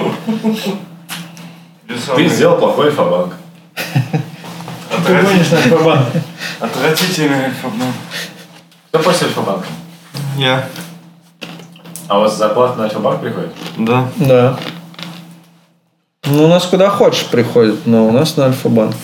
Ты сделал плохой Альфа-банк. Ты гонишь на Альфа-банк. Отвратительный альфа-банк. Кто после Альфа-банка? Я. А у вас зарплата на Альфа-банк приходит? Да. Да. Ну, у нас куда хочешь приходит, но у нас на Альфа-банк.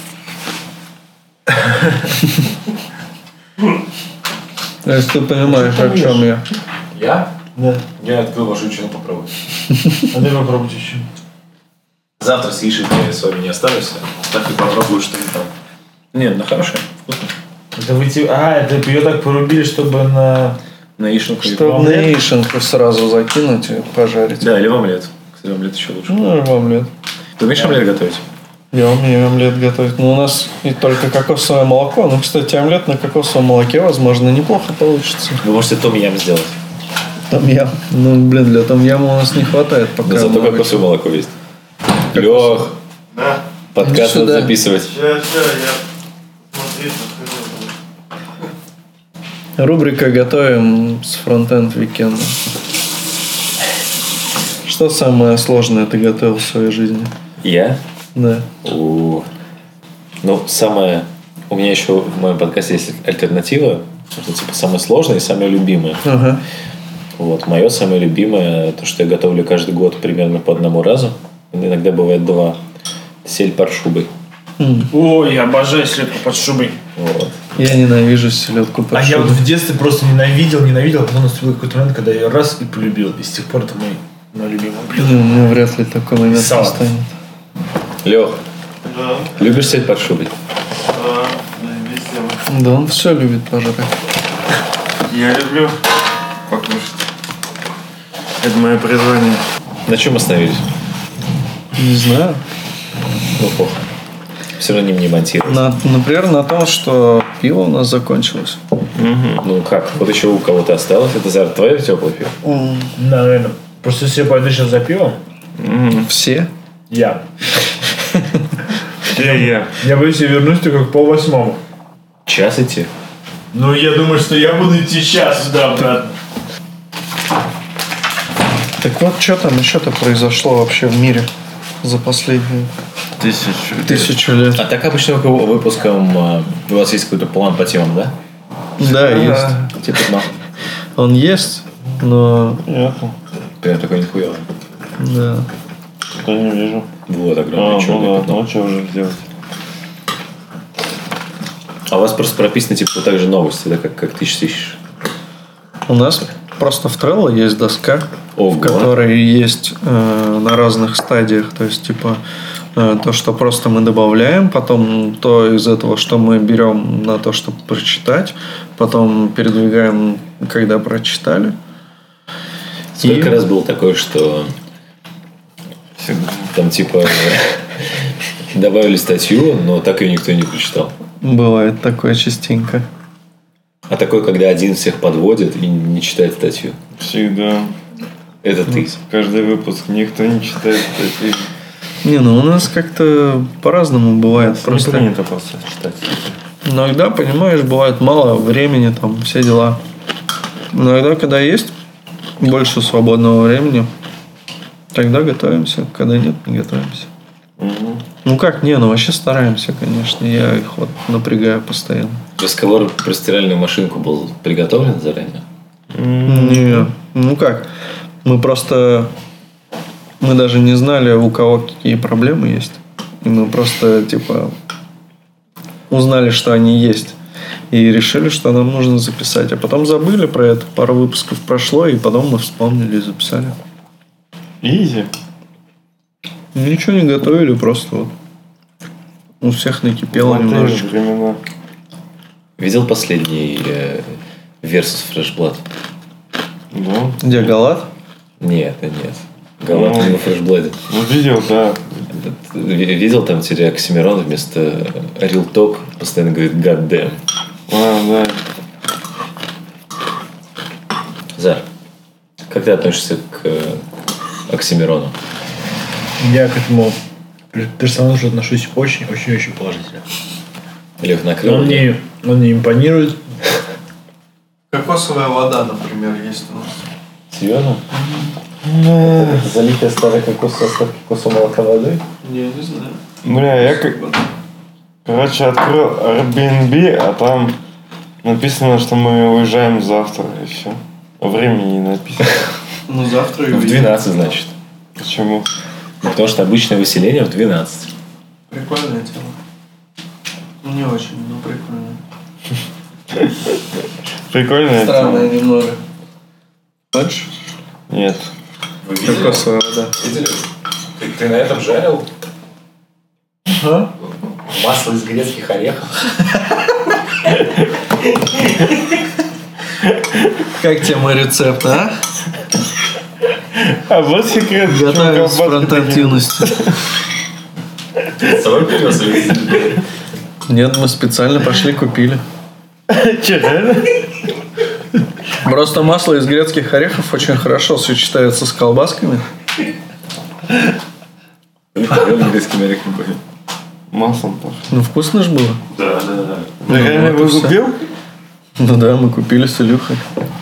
Если ты понимаешь, о чем я. Я? Да. Я открыл машинчину попробовать. А ты попробуйте еще. Завтра с яичниками с вами не останусь. Так и попробую что-нибудь там. Нет, ну хорошая. Вкусно. Это вы это ее так порубили, чтобы на... На яичнику или Чтобы на яишенку сразу закинуть и пожарить. Да, или в омлет. Кстати, омлет еще лучше. Ну, в омлет. Ты умеешь омлет готовить? Я умею омлет готовить. Но у нас и только кокосовое молоко. Ну, кстати, омлет на кокосовом молоке, возможно, неплохо получится. Вы можете том-ям сделать. Том-ям. Ну, блин, для том-яма у нас не хватает пока. Но зато много кокосовое молоко есть. Лех, Да. подкаст Иди надо сюда. записывать. Сейчас, я смотри, чего. Рубрика «Готовим с фронтенд викенда». Что самое сложное ты готовил в своей жизни? Я? Да. Ну, самое У меня еще в моем подкасте есть альтернатива, что типа самое сложное и самое любимое. Ага. Вот, мое самое любимое, то, что я готовлю каждый год примерно по одному разу. Иногда бывает 2. Сель под шубой. Ой, я обожаю селедку под шубой. Вот. Я ненавижу селедку под А я шубой. вот в детстве просто ненавидел, а потом наступил какой-то момент, когда я ее раз и полюбил. И с тех пор это мой любимый блюдо. Ну, у меня вряд ли такой момент Салат. настанет. Лех, Да, любишь сель под шубой? весело. Да он все любит пожрать. Я люблю покушать. Это мое призвание. На чем остановились? Не знаю. Ну, плохо. Все равно не монтировать. Например, на том, что пиво у нас закончилось. Ну как, вот еще у кого-то осталось. Это, Зар, твое теплое пиво? Да, наверное. Просто если я пойду сейчас за пивом, Все? я Я. боюсь, я вернусь только к 7:30. Час идти? Ну, я думаю, что я буду идти сейчас сюда обратно. Так вот, что там еще-то произошло вообще в мире за последние 1000 лет? А так обычно по выпускам у вас есть какой-то план по темам, да? Да, есть. Типа, ну, Он есть, но... прям такой нихуя. Да. Я не вижу. Вот, огромное черное пятно. Ну что уже сделать? А у вас просто прописаны, типа, вот так же новости, да, как ты ищешь? У нас просто в Trello есть доска, Ого. в которой есть на разных стадиях. То есть, типа, то, что просто мы добавляем, потом то из этого, что мы берем на то, чтобы прочитать, потом передвигаем, когда прочитали. Сколько раз было такое, что там, типа, добавили статью, но так ее никто не прочитал? Бывает такое частенько. А такое, когда один всех подводит и не читает статью. Всегда. Это ты. Каждый выпуск никто не читает статьи. Не, ну у нас как-то по-разному бывает. Не Просто принято просто читать. иногда, понимаешь, бывает мало времени, там, все дела. Иногда, когда есть больше свободного времени, тогда готовимся. Когда нет, не готовимся. Ну как, не, ну вообще стараемся, конечно. Я их вот напрягаю постоянно. Разговор про стиральную машинку был приготовлен заранее? Не, ну как, мы даже не знали, у кого какие проблемы есть. И мы просто, типа, узнали, что они есть. И решили, что нам нужно записать. А потом забыли про это. Пару выпусков прошло, и потом мы вспомнили и записали. Изи. Ничего не готовили, просто вот у всех накипело Золотые немножечко. времена. Видел последний Versus Flashblood? Да. Где Галат? Нет. Галат не во Flashblood. Ну, видел, да. Видел там теперь Оксимирон вместо Real Talk постоянно говорит God damn. Да. Зар, как ты относишься к Оксимирону? Я к этому персонажу отношусь очень-очень-очень положительно. Лех, накрыл? Он мне импонирует. Кокосовая вода, например, есть у нас. Серьезно? Залитая старая кокос со кокосовой молока водой? Я не знаю. Бля, я короче, открыл Airbnb, а там написано, что мы уезжаем завтра, и все. Времени не написано. Ну, завтра и В 12, значит. Почему? Ну, потому что обычное выселение в 12. Прикольная тема. Не очень, но прикольная. Прикольная Странная тема. немного. Хочешь? Нет. Кокосовая вода. Видели? Ты на этом жарил? А? Масло из грецких орехов. Как тебе мой рецепт, а? А вот секрет. Готовим с фронтативностью. С собой привез или? Нет, мы специально пошли купили. Че, реально? Просто масло из грецких орехов очень хорошо сочетается с колбасками. Грецкими орехами были. Маслом тоже. Ну, вкусно же было. Да. Ты реально вот и его всё. купил? Ну да, мы купили с Илюхой.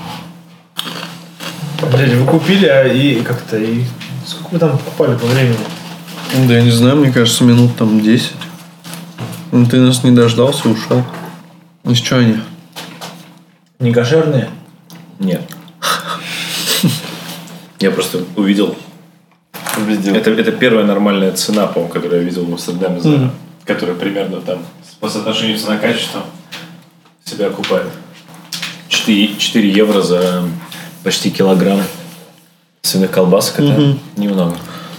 Блядь, вы купили, и как-то, и сколько вы там покупали по времени? Да я не знаю, мне кажется, минут там 10. Ну, ты нас не дождался, ушел. Из чего они? Не кошерные? Нет. Я просто увидел. Это первая нормальная цена, по-моему, которую я видел в Амстердаме, которая примерно там по соотношению цена-качество себя окупает. 4 евро за почти килограмм свиных колбасок. Это немного.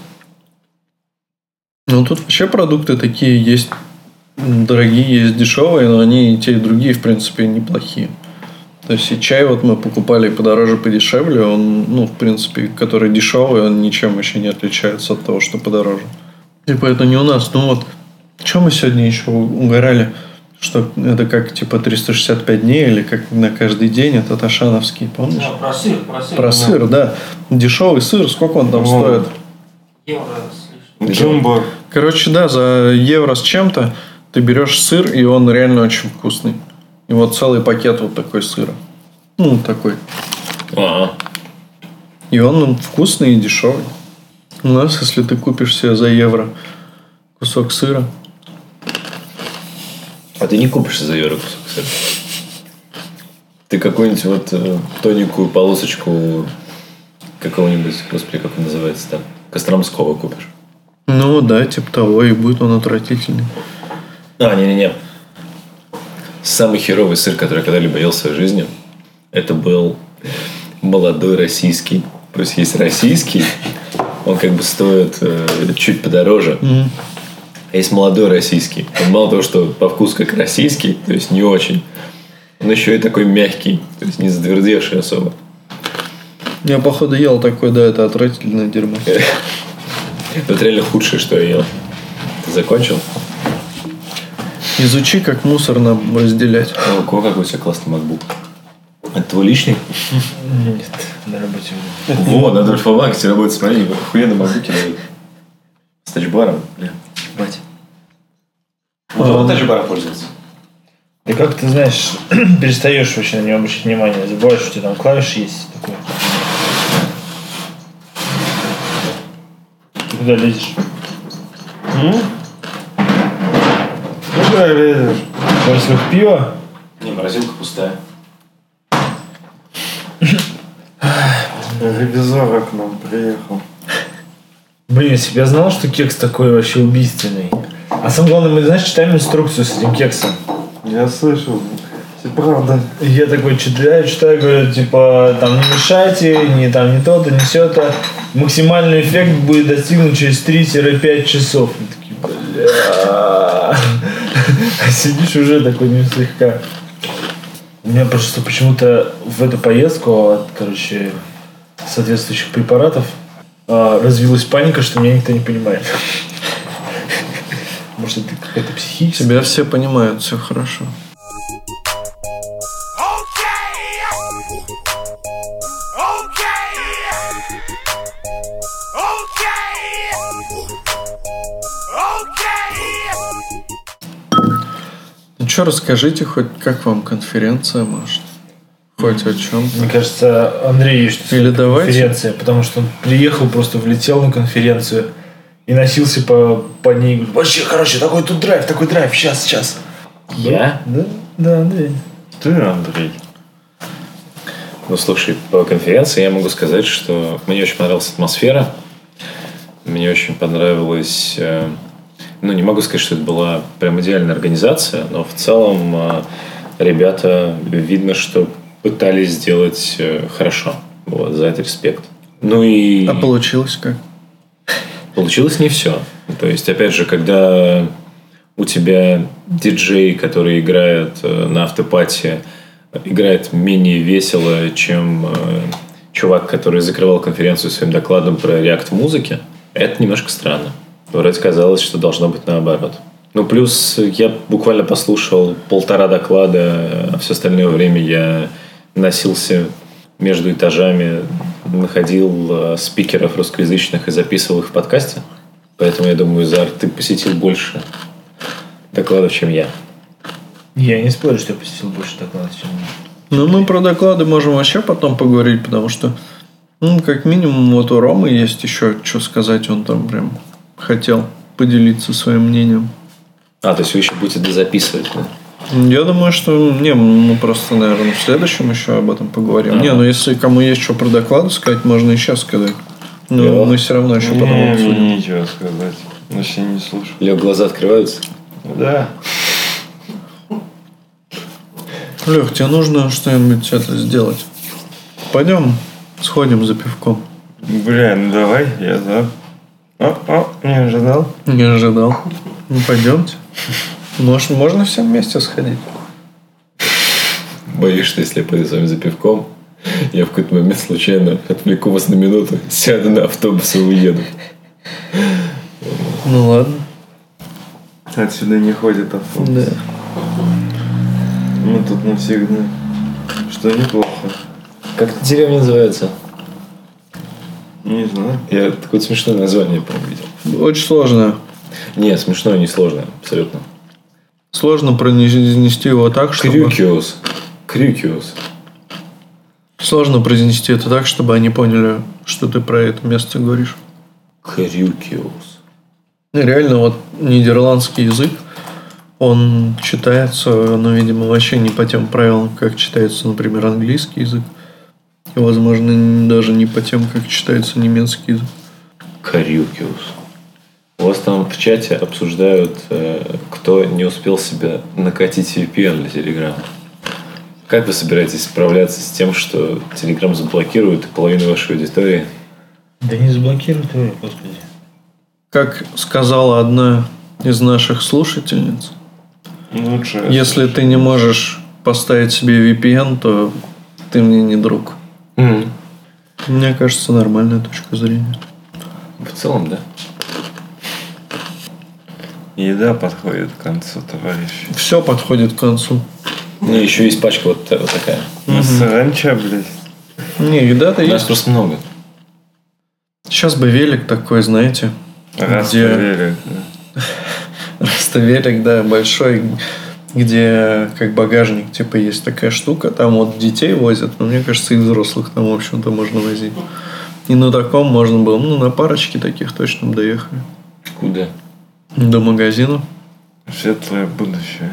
Ну, тут вообще продукты такие есть дорогие, есть дешевые, но они и те, и другие, в принципе, неплохие. То есть и чай вот мы покупали подороже, подешевле, он, ну, в принципе, который дешевый, он ничем вообще не отличается от того, что подороже. Типа это не у нас. Ну вот, что мы сегодня еще угорали, что это как типа 365 дней или как на каждый день, это Ташановский, помнишь? Да, про сыр. Про сыр, да. Дешевый сыр, сколько он там стоит? Евро с лишним. Джумбо. Короче, да, за евро с чем-то ты берешь сыр, и он реально очень вкусный. И вот целый пакет вот такой сыра. Ну, такой. И он вкусный и дешевый. У нас, если ты купишь себе за евро кусок сыра. А ты не купишь за евро кусок сыра? Ты какую-нибудь вот тоненькую полосочку какого-нибудь, господи, как он называется там, Костромского купишь? Ну, да, типа того, и будет он отвратительный. Не-не-не. Самый херовый сыр, который я когда-либо ел в своей жизни, это был молодой российский. То есть есть российский, он как бы стоит чуть подороже. А есть молодой российский. Он мало того, что по вкусу как российский, то есть не очень, он еще и такой мягкий, то есть не затвердевший особо. Я, походу, ел такой, да, это отвратительное дерьмо. Это реально худшее, что я ел. Ты закончил? Изучи, как мусор нам разделять. Ого, какой у тебя классный MacBook. Это твой личный? Нет, на работе. Вот, на Альфа-банке работает, смотри, охуенно MacBook дают. С тачбаром, бля, ебать. Вот тачбаром пользоваться. Ты как ты знаешь, перестаешь вообще на него обращать внимание, забываешь, что у тебя там клавиши есть такое. Ты куда лезешь? Куда лезешь? После пива? Не, морозилка пустая. Ревизор к нам приехал. Блин, если бы я знал, что кекс такой вообще убийственный. А самое главное, мы, знаешь, читаем инструкцию с этим кексом. Я слышал. Все правда. И я такой читаю, говорю, типа, там, не мешайте, не то-то, не сё-то. Максимальный эффект будет достигнут через 3-5 часов. И такие, бля. Сидишь уже такой не слегка. У меня просто почему-то в эту поездку от, соответствующих препаратов развилась паника, что меня никто не понимает. Может, это какая-то психическая? Тебя все понимают, все хорошо. Ну что, расскажите хоть, как вам конференция, может? Хоть о чем. Мне кажется, Андрей что Или давайте. Конференция, потому что он приехал, просто влетел на конференцию и носился по ней. Говорит, вообще, такой драйв, сейчас. Я? Да, Андрей. Ты, Андрей. Ну, слушай, по конференции я могу сказать, что мне очень понравилась атмосфера. Мне очень понравилось... не могу сказать, что это была прям идеальная организация, но в целом ребята, видно, что пытались сделать хорошо. Вот, за это респект. А получилось как? Получилось не все. То есть, опять же, когда у тебя диджей, который играет на автопате, играет менее весело, чем чувак, который закрывал конференцию своим докладом про React в музыке, это немножко странно. Вроде казалось, что должно быть наоборот. Плюс я буквально послушал 1,5 доклада, а все остальное время я носился между этажами, находил спикеров русскоязычных и записывал их в подкасте. Поэтому я думаю, Зар, ты посетил больше докладов, чем я. Я не спорю, что я посетил больше докладов, чем я. Мы про доклады можем вообще потом поговорить, потому что, как минимум, вот у Ромы есть еще что сказать, он там прям хотел поделиться своим мнением. То есть вы еще будете дозаписывать, да? Я думаю, что... Не, мы просто, наверное, в следующем еще об этом поговорим. Не, ну если кому есть что про доклады сказать, можно и сейчас сказать. Но мы все равно еще потом обсудим. Мне нечего сказать. Вообще не слушаю. Лег, глаза открываются? Да. Лех, тебе нужно что-нибудь это сделать. Пойдем сходим за пивком. Бля, ну давай, я за. Не ожидал. Не ожидал. Ну, пойдемте. Может, можно всем вместе сходить? Боюсь, что если я пойду с вами за пивком, я в какой-то момент случайно отвлеку вас на минуту, сяду на автобус и уеду. Ну ладно. Отсюда не ходит автобус. Да. Мы тут навсегда. Что неплохо. Как эта деревня называется? Не знаю. Я такое смешное название, по-моему, видел. Очень сложно. Не, смешное, не сложное, абсолютно. Сложно произнести его так, чтобы... Крюкиус. Сложно произнести это так, чтобы они поняли, что ты про это место говоришь. Крюкиус. Реально, вот нидерландский язык, он читается, ну, видимо, вообще не по тем правилам, как читается, например, английский язык. И, возможно, даже не по тем, как читается немецкий язык. Крюкиус. У вас там в чате обсуждают, кто не успел себе накатить VPN для Telegram. Как вы собираетесь справляться с тем, что Telegram заблокирует половину вашей аудитории? Да не заблокируют его, господи. Как сказала одна из наших слушательниц, Лучше. если ты не можешь поставить себе VPN, то ты мне не друг. Мне кажется, нормальная точка зрения. В целом, да. Еда подходит к концу, товарищи. Все подходит к концу. Ну, еще есть пачка вот такая. Саранча, блядь. Не, еда-то У нас есть. просто много. Сейчас бы велик такой, знаете. Раставили. Велик, да, большой, где как багажник, типа, есть такая штука. Там вот детей возят, но мне кажется, и взрослых там, в общем-то, можно возить. И на таком можно было, ну, на парочке таких точно бы доехали. Куда? До магазина. Светлое будущее.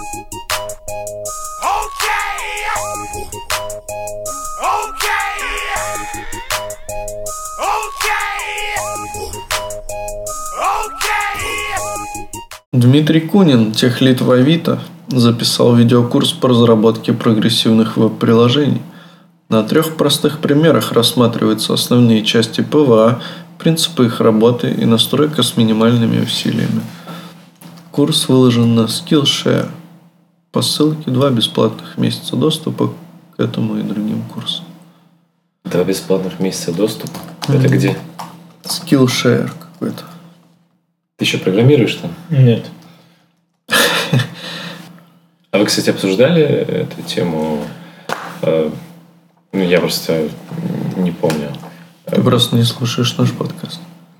Дмитрий Кунин, техлид в Авито, записал видеокурс по разработке прогрессивных веб-приложений. На 3 простых примерах рассматриваются основные части ПВА, принципы их работы и настройка с минимальными усилиями. Курс выложен на Skillshare. По ссылке 2 бесплатных месяца доступа к этому и другим курсам. 2 бесплатных месяца доступа? Это где? Skillshare какой-то. Ты еще программируешь там? Нет. А вы, кстати, обсуждали эту тему? Ну, я просто не помню. Ты просто не слушаешь наш подкаст.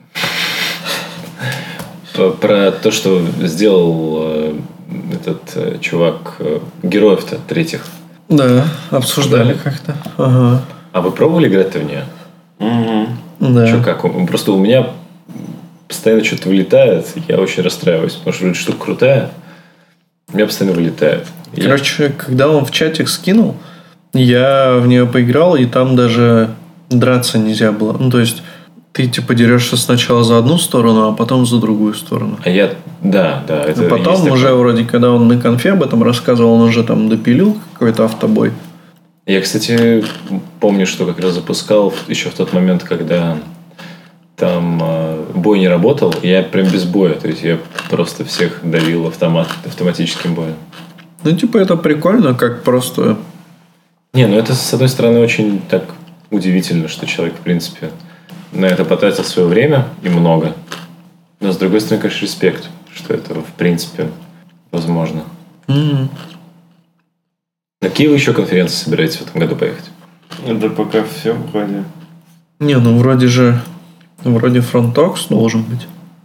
Про то, что сделал этот чувак героев-то третьих. Да, обсуждали как-то. Ага. А вы пробовали играть-то в нее? Да. Что, как? Просто у меня постоянно что-то вылетает. Я очень расстраиваюсь, потому что вроде штука крутая. У меня постоянно вылетает. Короче, когда он в чатик скинул, я в нее поиграл, и там даже драться нельзя было. Ну, то есть, ты типа дерешься сначала за одну сторону, а потом за другую сторону. А я... Да. Это и потом уже такое. Вроде, когда он на конфе об этом рассказывал, он уже там допилил какой-то автобой. Я, кстати, помню, что как раз запускал еще в тот момент, когда там бой не работал. Я прям без боя. То есть, я просто всех давил автоматическим боем. Ну, типа, это прикольно, как просто... Не, ну это, с одной стороны, очень так удивительно, что человек, в принципе, на это потратил свое время и много. Но, с другой стороны, конечно, респект, что это, в принципе, возможно. Mm-hmm. На какие вы еще конференции собираетесь в этом году поехать? Это пока все вроде. Не, ну вроде Frontox должен быть.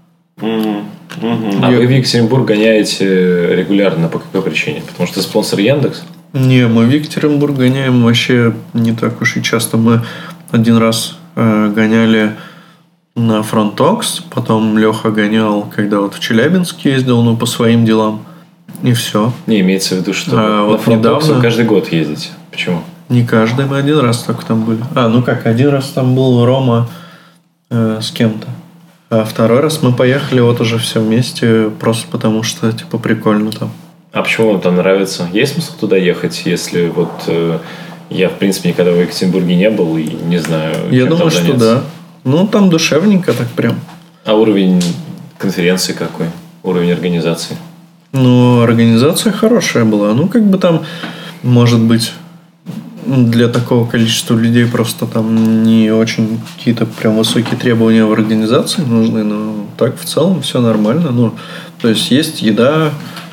А вы в Екатеринбург гоняете регулярно по какой причине? Потому что спонсор Яндекс? Не, мы в Екатеринбург гоняем вообще не так уж и часто. Мы один раз гоняли на Фронтокс, потом Леха гонял, когда вот в Челябинск ездил, ну, по своим делам, и все. Не, имеется в виду, что А на вот Фронтокс недавно- каждый год ездите. Почему? Не каждый, мы один раз только там были. Ну как, один раз там был Рома с кем-то. А второй раз мы поехали вот уже все вместе, просто потому что, типа, прикольно там. А почему вам там нравится? Есть смысл туда ехать, если вот я, в принципе, никогда в Екатеринбурге не был и не знаю, Я чем думаю, там что заняться? да. Ну, там душевненько так прям. А уровень конференции какой? Уровень организации? Ну, организация хорошая была. Ну, как бы там, может быть, для такого количества людей просто там не очень какие-то прям высокие требования в организации нужны, но так в целом все нормально. Ну, то есть есть еда,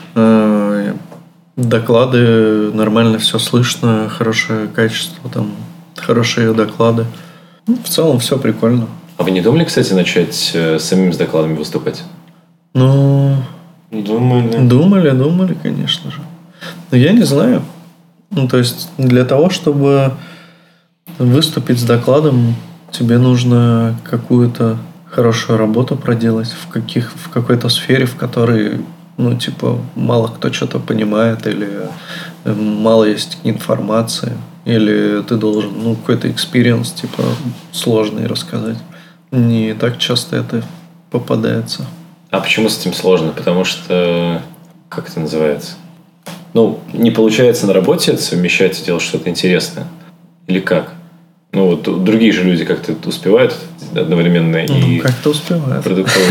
доклады, нормально все слышно, хорошее качество, там, хорошие доклады. Ну, в целом все прикольно. А вы не думали, кстати, начать самим с докладами выступать? Ну, Думали. думали, конечно же. Но я не знаю. Ну, то есть, для того, чтобы выступить с докладом, тебе нужно какую-то хорошую работу проделать в какой-то сфере, в которой, ну, типа, мало кто что-то понимает, или мало есть информации, или ты должен, ну, какой-то экспириенс, типа, сложный рассказать. Не так часто это попадается. А почему с этим сложно? Потому что, как это называется? Ну, не получается на работе это совмещать и делать что-то интересное? Или как? Ну, вот другие же люди как-то успевают одновременно и Как-то успевает. продуктовно.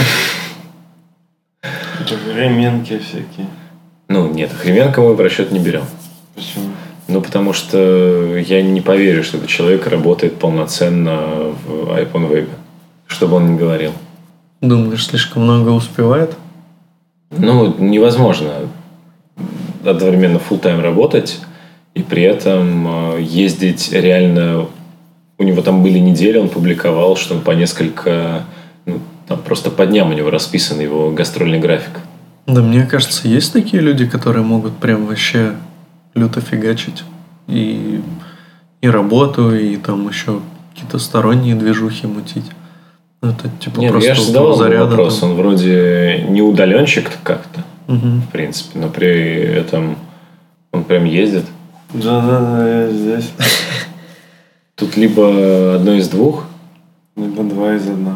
Ременки всякие. Ну, нет, Охременко мы в расчет не берем. Почему? Ну, потому что я не поверю, что этот человек работает полноценно в iPhone Web. Что бы он ни говорил. Думаешь, слишком много успевает? Ну, невозможно одновременно full-time работать и при этом ездить реально... У него там были недели, он публиковал, что он по несколько... Ну, там просто по дням у него расписан его гастрольный график. Да, мне кажется, есть такие люди, которые могут прям вообще люто фигачить. И работу, и там еще какие-то сторонние движухи мутить. Это типа Нет, просто я же задавал ему заряда вопрос. там. Он вроде не удаленщик как-то, Мгм. в принципе, но при этом он прям ездит. Да, я здесь. Тут либо одно из двух, Либо 2 из 1.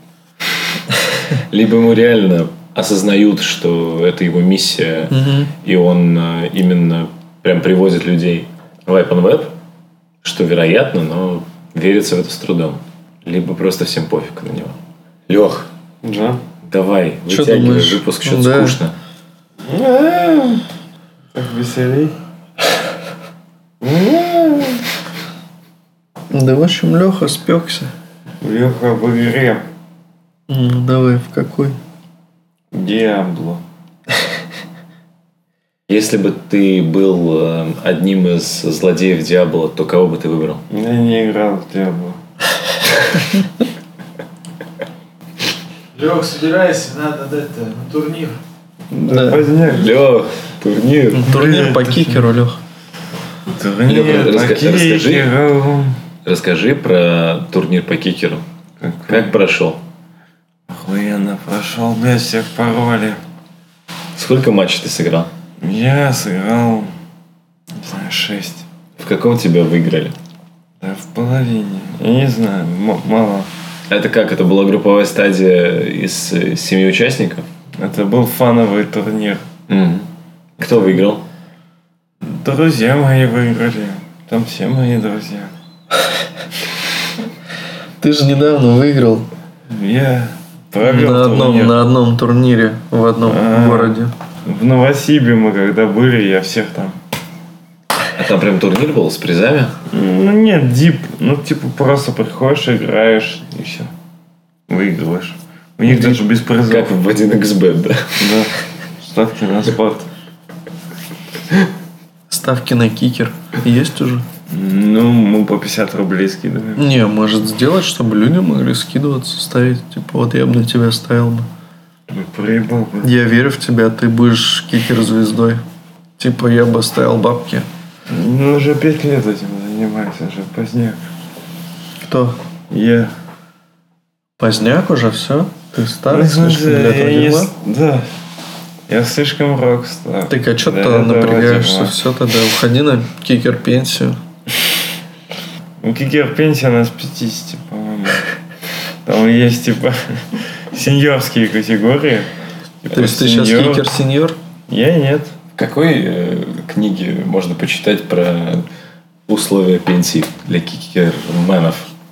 либо ему реально осознают, что это его миссия, Мгм. и он именно прям привозит людей в Open Web, что вероятно, но верится в это с трудом. Либо просто всем пофиг на него. Лех, Да. давай, Чё вытягивай думаешь? выпуск, что-то Да. скучно. Так веселей. Да, в общем, Леха спекся. Леха в игре. Давай, в какой? Диабло. Если бы ты был одним из злодеев Диабло, то кого бы ты выбрал? Я не играл в Диабло. Лех, собирайся, надо на турнир. Да. Поздняк. Лех, турнир. Турнир по кикеру, Лех. Турнир Лёха, по расскажи. кикеру. Расскажи про турнир по кикеру. Как прошел? Охуенно прошел без всех паролей. Сколько матчей ты сыграл? Я сыграл, не знаю, 6. В каком тебя выиграли? Да, в половине. Я не знаю, мало. Это как? Это была групповая стадия из 7 участников? Это был фановый турнир. Мгм. Кто выиграл? Друзья мои выиграли. Там все мои друзья. Ты же недавно выиграл Я провел турнир. на одном турнире в одном городе. В Новосибе мы когда были, я всех там. А там прям турнир был с призами? Ну нет, дип. Ну типа просто приходишь, играешь и все. Выигрываешь. У них даже без призов. Как в 1xbet, да? Да. Ставки на спорт. Ставки на кикер есть уже? Ну, мы по 50 рублей скидываем. Не, может сделать, чтобы люди могли скидываться, ставить. Типа, вот я бы на тебя ставил бы. Проебал бы. Я верю в тебя, ты будешь кикер-звездой. Типа, я бы ставил бабки. Ну, уже 5 лет этим занимаюсь, уже поздняк. Кто? Я. Поздняк уже, все? Ты старый Ну, слишком смотри, для этого я дерьма? Да. Я слишком рок-стар. Так, а что Для ты этого напрягаешься? дерьма. Все тогда, уходи на кикер-пенсию. У Кикер пенсия на с 50, по-моему. Там есть, типа, сеньорские категории. То есть ты сейчас сеньор. кикер-сеньор? Я нет. В какой книге можно почитать про условия пенсии для кикерменов?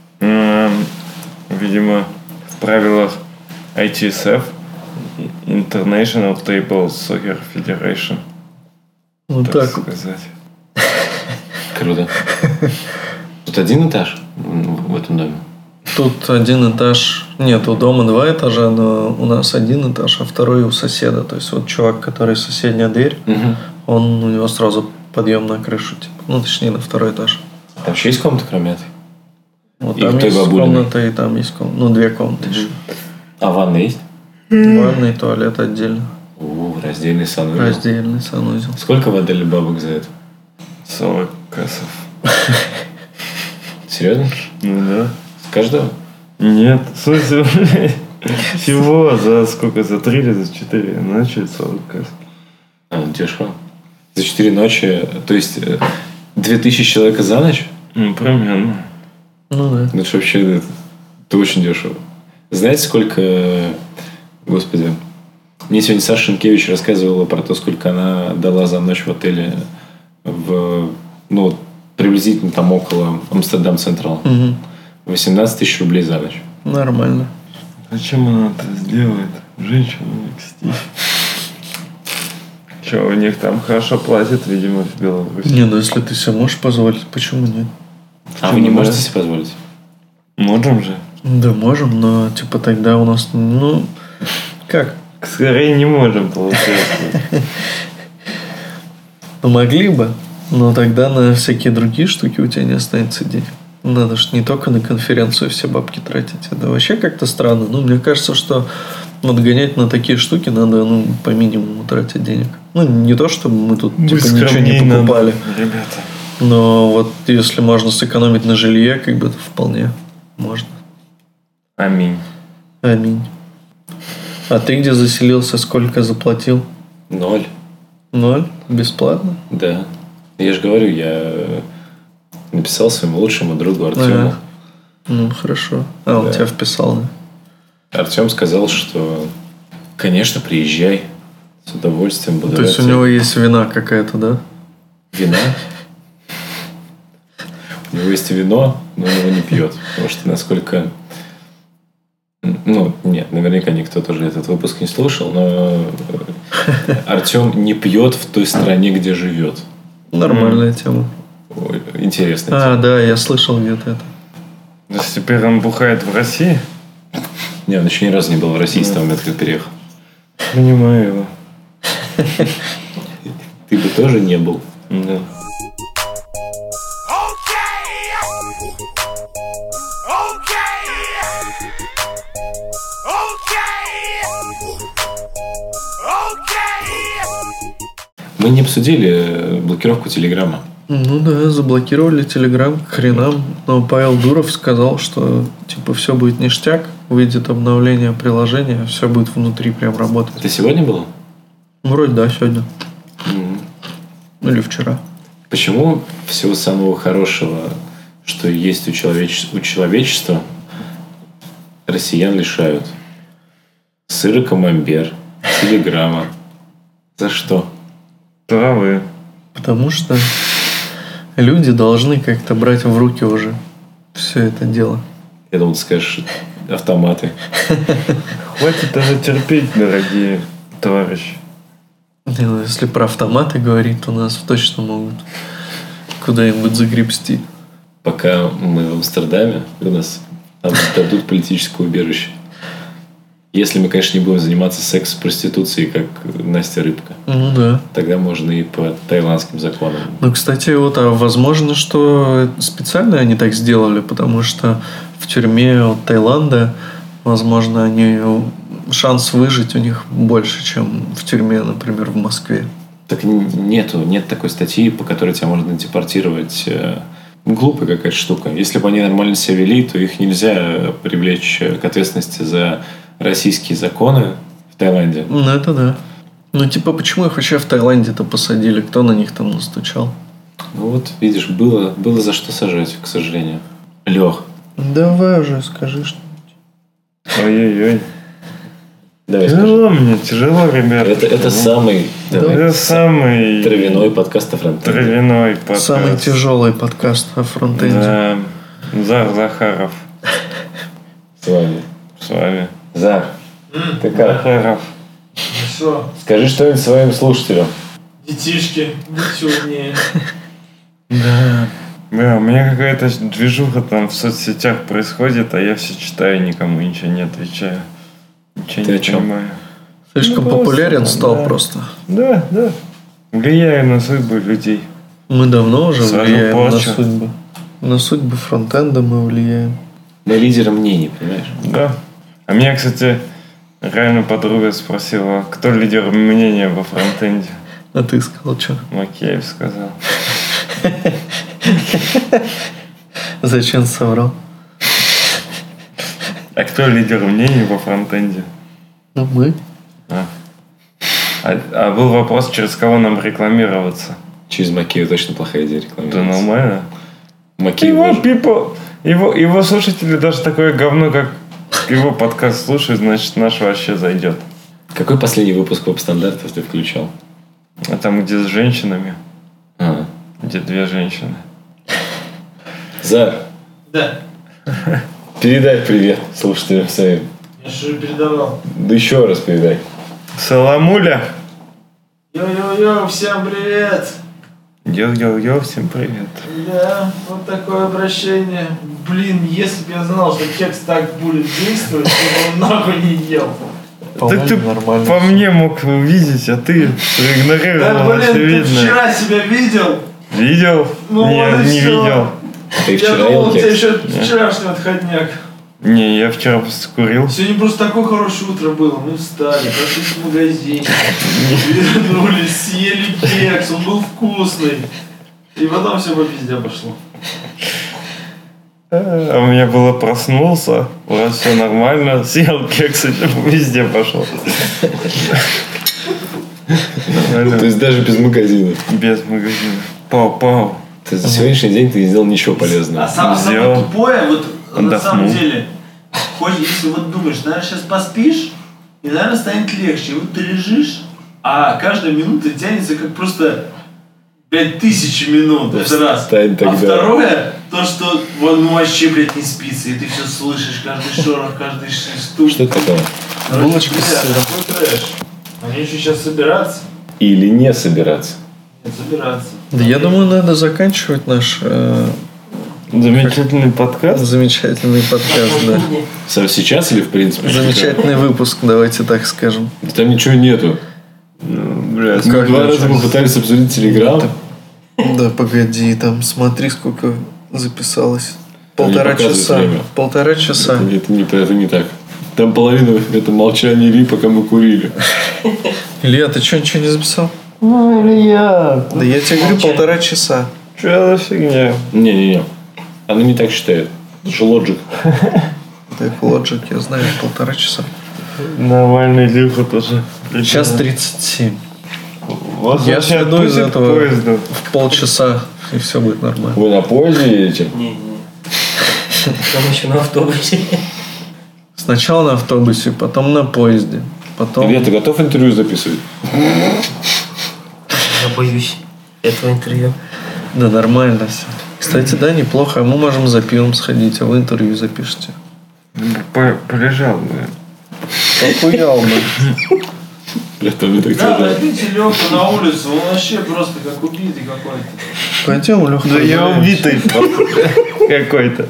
Видимо, в правилах ITSF, International Table Soccer Federation. Вот Так так. сказать. Круто. Тут один этаж в этом доме? Тут один этаж. Нет, у дома 2 этажа, но у нас один этаж, а второй у соседа. То есть вот чувак, который соседняя дверь, у него сразу подъем на крышу, типа. Ну, точнее, на 2 этаж. Там вообще есть комната, кроме этой? Вот И там в той есть бабулиной? комната, и там есть комната. Ну, 2 комнаты еще. А ванна есть? Ванна и туалет отдельно. Раздельный санузел. Раздельный санузел. Сколько вы отдали бабок за это? 40 кассов. Серьезно? Ну да. С каждого? Нет, в смысле, всего за сколько? За 3 или за 4 ночи 40 кассов. Дешево. За 4 ночи, то есть 2000 человек за ночь? Ну, примерно. Ну да. Ну, это вообще это очень дешево. Знаете, сколько... Господи. Мне сегодня Саша Шенкевич рассказывала про то, сколько она дала за ночь в отеле приблизительно там около Амстердам Централ. 18 тысяч рублей за ночь. Нормально. Зачем она это сделает? Женщина не кстати. Че, у них там хорошо платят, видимо, в Беларуси. Не, ну если ты себе можешь позволить, почему нет? А вы не можете себе позволить? Можем же. Да, можем, но типа тогда у нас, как? Скорее не можем, получается. Ну, могли бы, но тогда на всякие другие штуки у тебя не останется денег. Надо же не только на конференцию все бабки тратить. Это вообще как-то странно. Ну, мне кажется, что вот гонять на такие штуки надо, по минимуму тратить денег. Ну, не то, чтобы мы тут ничего не покупали. Ребята. Но вот если можно сэкономить на жилье, как бы это вполне можно. Аминь. Аминь. А ты где заселился, сколько заплатил? 0. 0? Бесплатно? Да. Я же говорю, я написал своему лучшему другу Артему. Ага. Ну, хорошо. А он тебя вписал, да? Артем сказал, что, конечно, приезжай. С удовольствием буду. То есть у него есть вина какая-то, да? Вина? У него есть вино, но он его не пьет. Потому что насколько... нет, наверняка никто тоже этот выпуск не слушал, но Артем не пьет в той стране, где живет. Нормальная тема. Ой, интересная тема. Да, я слышал где-то это. То есть теперь он бухает в России? Не, он еще ни разу не был в России с того момента, как переехал. Понимаю его. Ты бы тоже не был. Да. Мы не обсудили блокировку Телеграма. Ну да, заблокировали Телеграм к хренам. Но Павел Дуров сказал, что типа все будет ништяк, выйдет обновление приложения, все будет внутри прям работать. Это сегодня было? Вроде да, сегодня. Или вчера. Почему всего самого хорошего, что есть у человечества, россиян лишают? Сыра камамбер, Телеграма. За что? Травы. Потому что люди должны как-то брать в руки уже все это дело. Я думал, ты скажешь автоматы. Хватит это терпеть, дорогие товарищи. Не, ну, если про автоматы говорить, то нас точно могут куда-нибудь загребсти. Пока мы в Амстердаме, у нас нам дадут политическое убежище. Если мы, конечно, не будем заниматься секс-проституцией, как Настя Рыбка. Ну да. Тогда можно и по таиландским законам. Ну, кстати, возможно, что специально они так сделали, потому что в тюрьме Таиланда, возможно, шанс выжить у них больше, чем в тюрьме, например, в Москве. Так нет такой статьи, по которой тебя можно депортировать Глупая какая-то штука. Если бы они нормально себя вели, то их нельзя привлечь к ответственности за российские законы в Таиланде. Ну, это да. Ну, типа, почему их вообще в Таиланде-то посадили? Кто на них там настучал? Ну вот, видишь, было за что сажать, к сожалению. Лех. Давай уже скажи что-нибудь. Ой-ой-ой. Давай скажи. Тяжело мне, тяжело, ребят. Это самый Это самый травяной подкаст о фронтенде. травяной подкаст. Самый тяжелый подкаст о фронтенде. Да. Зар Захаров С вами. с вами. Зар, ты как? Захаров. Что? Скажи что-нибудь своим слушателям. Детишки, будьте умнее. Да. Бля, у меня какая-то движуха там в соцсетях происходит, а я все читаю, никому ничего не отвечаю. Ничего Ты не о чем? понимаю. Слишком Ну, популярен просто, стал да. просто. Да, да. Влияю на судьбы людей. Мы давно уже Свою влияем на порчу. судьбы. На судьбы фронтенда мы влияем. Мы лидеры мнений, понимаешь? Да. А меня, кстати, реально подруга спросила, кто лидер мнения во фронтенде. А ты сказал, что? Макеев сказал. Зачем соврал? А кто лидер мнений во фронтенде? Ну, мы. А был вопрос, через кого нам рекламироваться. Через Макеева точно плохая идея Да рекламироваться. нормально. Макеев Его, даже- people, его слушатели даже такое говно, как его подкаст слушают, значит, наш вообще зайдет. Какой последний выпуск веб-стандартов ты включал? А там, где с женщинами, А. где две женщины. Зар, Да, передай привет слушателям своим. я же передавал. Да еще раз передай. Саламуля. Йо-йо-йо, всем привет! Йо-йо-йо, всем привет. Да, вот такое обращение. Блин, если бы я знал, что текст так будет действовать, я бы нахуй не ел. Так ты нормально. по мне мог увидеть, а ты Да игнорировал, блин, ты очевидно. вчера себя видел? Видел? Ну, Не, вот и не всё. видел. Ты Я вчера думал, ел у тебя кекс? еще вчерашний отходняк. Не, я вчера просто курил. Сегодня просто такое хорошее утро было. Мы встали, пошли в магазин, вернулись, съели кекс, он был вкусный. И потом все по пизде пошло. А у меня было проснулся, вроде все нормально, съел кекс и везде пошел. То есть даже без магазина. Без магазина. Пау-пау. Ты за сегодняшний день ты не сделал ничего полезного. А самое Сделал. тупое, вот на Отдохнул. самом деле, хоть если вот думаешь, наверное, сейчас поспишь, и, наверное, станет легче. И вот ты лежишь, а каждая минута тянется как просто 5000 минут. Это раз. Встань А тогда. второе, то, что вот, ну вообще, блядь, не спится, и ты все слышишь, каждый шорох, каждый стук. Что это такое? Короче, Булочка с бля, сыром. такой трэш. А мне еще сейчас собираться? Или не собираться? Нет, собираться. Да я думаю, надо заканчивать наш Замечательный подкаст. замечательный подкаст, да. Сам сейчас или в принципе? Замечательный выпуск, давайте так скажем. Да там ничего нету. Бля, Мы Как 2 начать? раза попытались обсудить Телеграм. Да, погоди, там смотри, сколько записалось. Там не 1,5 показывает часа. время. 1,5 часа. Это не так. Там половина это молчание Ильи, пока мы курили. Илья, ты что, ничего не записал? Ну, Илья, Да я тебе говорю, 1,5 часа. что за фигня? Не-не-не. Она не так считает. Это же лоджик. Так, Logic, я знаю, 1,5 часа. Нормальный Илюха тоже. Сейчас 37. Вот Я сейчас сойду из будет этого поезда. в полчаса, и все будет нормально. Вы на поезде едете? Не. Там еще на автобусе. Сначала на автобусе, потом на поезде. Потом... Илья, ты готов интервью записывать? Я боюсь этого интервью. Да нормально все. Кстати, да, неплохо. А мы можем за пивом сходить, а вы интервью запишете. Полежал бы. Похуял бы. Я там не так Да, тебя. найдите Лёху на улицу, он вообще просто как убитый какой-то. Пойдем, Леха. Да я убитый какой-то.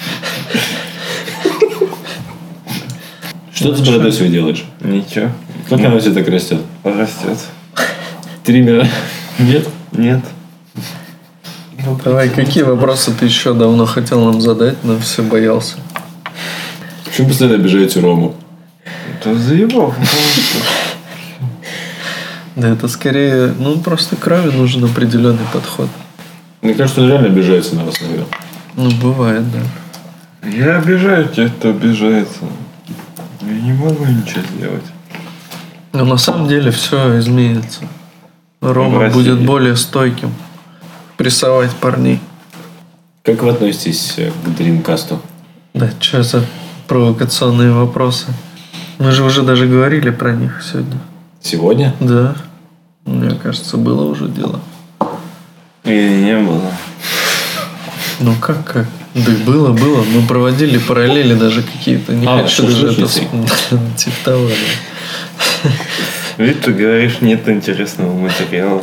Что ты с бородой своей делаешь? Ничего, Как она у тебя так растет? растет. Триммера? Нет? Нет. Давай, какие вопросы ты еще давно хотел нам задать, но все боялся? Почему постоянно обижаете Рому? Да заебал, потому что... Да это скорее, ну просто к Роме нужен определенный подход. Мне кажется, он реально обижается на вас иногда. Ну, бывает, да. Я обижаю тех, кто обижается. Я не могу ничего сделать. Но на самом деле все изменится. Рома В России. будет более стойким. Прессовать парней. Как вы относитесь к Дринкасту? Да, что за провокационные вопросы? Мы же уже даже говорили про них сегодня. Сегодня? Да. Мне кажется, было уже дело. Или не было. Ну как? Да было. Мы проводили параллели даже какие-то. Не хочу даже это типа того, да. Ведь ты говоришь, нет интересного материала.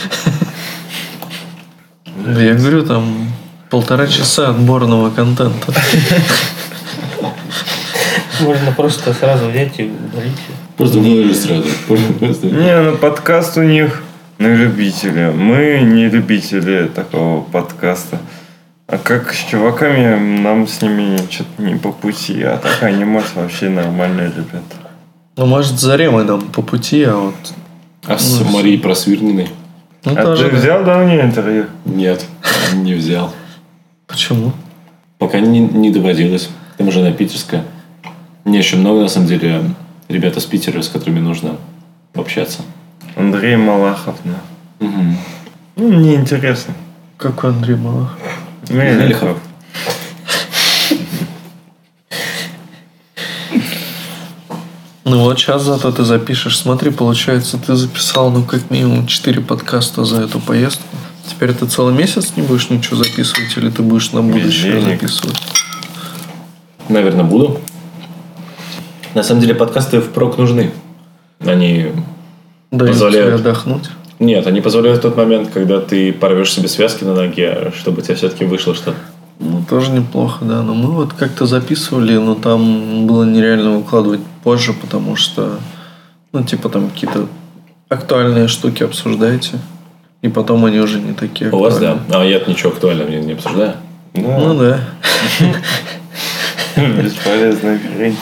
Да я говорю, там 1,5 часа отборного контента. Можно просто сразу взять и удалить. Просто выложи сразу. Не, ну подкаст у них на любителя. Мы не любители такого подкаста. А как с чуваками, нам с ними что-то не по пути. А так они, может, вообще нормальные ребята. Ну, может, с Заремой нам по пути, а вот... А с Марией Просвирниной? Ну, А тоже, ты да. взял, да, у нее интервью? Нет, не взял. Почему? Пока не доводилось. Там же она питерская. Мне еще много, на самом деле, ребята с Питера, с которыми нужно общаться. Андрей Малахов, да. Угу. Ну, мне интересно. Какой Андрей Малахов? Мелехов. Ну вот сейчас зато ты запишешь. Смотри, получается, ты записал, ну, как минимум 4 подкаста за эту поездку. Теперь ты целый месяц не будешь ничего записывать, или ты будешь на будущее денег. записывать? Наверное, буду. На самом деле, подкасты впрок нужны. Они Дают позволяют... тебе отдохнуть. Нет, они позволяют в тот момент, когда ты порвешь себе связки на ноге, чтобы у тебя все-таки вышло что-то. Ну, тоже неплохо, да. Но мы вот как-то записывали, но там было нереально выкладывать позже, потому что, ну, типа там какие-то актуальные штуки обсуждаете, и потом они уже не такие У актуальные. вас, да. А я-то ничего актуального не обсуждаю. Ну да. Бесполезная хрень.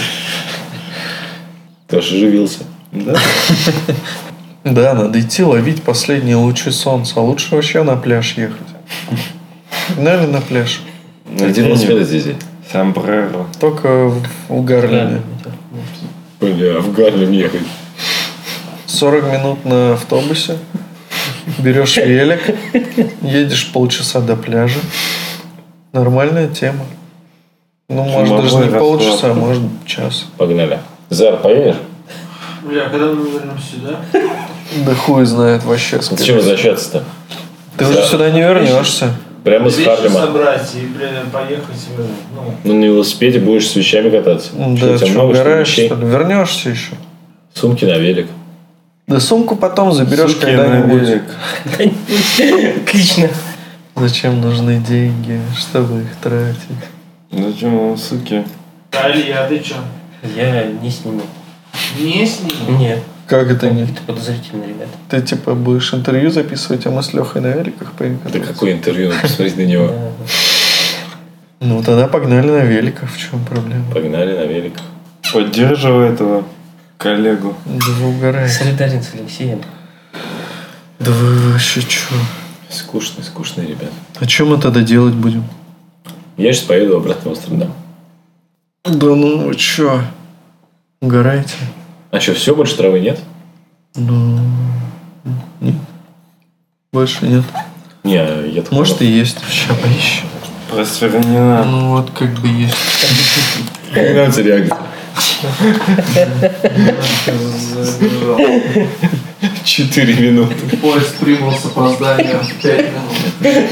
Ты аж оживился. Да? Да, надо идти ловить последние лучи солнца. А лучше вообще на пляж ехать. Погнали на пляж. Где велосипед здесь? Сомбреро. Только в Гарлеме. Бля, в Гарлем ехать. 40 минут на автобусе. Берешь велик. Едешь полчаса до пляжа. Нормальная тема. Ну, может, даже не полчаса, а может, час. Погнали. Зар, поедешь? Бля, когда мы вернемся сюда? Да хуй знает вообще. Зачем возвращаться-то? Ты уже сюда не вернешься. Прямо с Вещи Харлема. собрать и, блин, поехать. Ну, Ну, на велосипеде будешь с вещами кататься. Да, Что, у тебя что, много что ли, угораешь, вещей? что ли? Вернешься еще. Сумки на велик. Да сумку потом заберешь Суки на когда-нибудь. велик. Отлично. Зачем нужны деньги, чтобы их тратить? Зачем вам, суки? Илья, ты чё? Я не сниму. Не сниму? Нет. Как это нет? Это подозрительно, ребята. Ты типа будешь интервью записывать, а мы с Лехой на великах поедем Да кататься? какое интервью, надо посмотреть на него. Ну тогда погнали на великах, в чем проблема? Погнали на велик. Поддерживаю этого коллегу. Да вы угораете. Солидарен с Алексеем. Да вы вообще что? Скучные ребята. А что мы тогда делать будем? Я сейчас поеду обратно в Амстердам. Да ну вы что? Угораете? А что, все, больше травы нет? Ну... Нет. Больше нет. Не, я так Может и есть. Сейчас поищем. Просвернена. Ну вот как бы есть. Как нравится реакция? 4 минуты. Поезд прибыл с опозданием в 5 минут.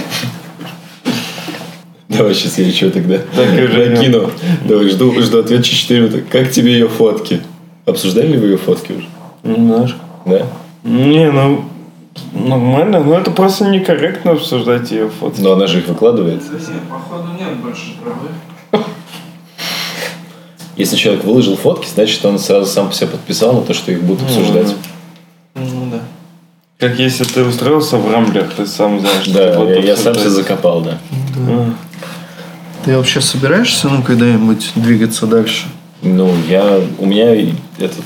Давай сейчас я что тогда Так и живем. накину. Давай, жду ответ через 4 минуты. Как тебе ее фотки? Обсуждали ли вы ее фотки уже? Немножко. Да? Не, ну нормально, но это просто некорректно обсуждать ее фото. Но она же их выкладывает. Походу нет больше проблем. Если человек выложил фотки, значит, он сразу сам по себе подписал на то, что их будут обсуждать. Ну да. Как если ты устроился в Рамблер, ты сам знаешь, что Да, будут я сам обсуждать. себя закопал, да. Ты вообще собираешься, ну, когда-нибудь двигаться дальше? Ну, у меня этот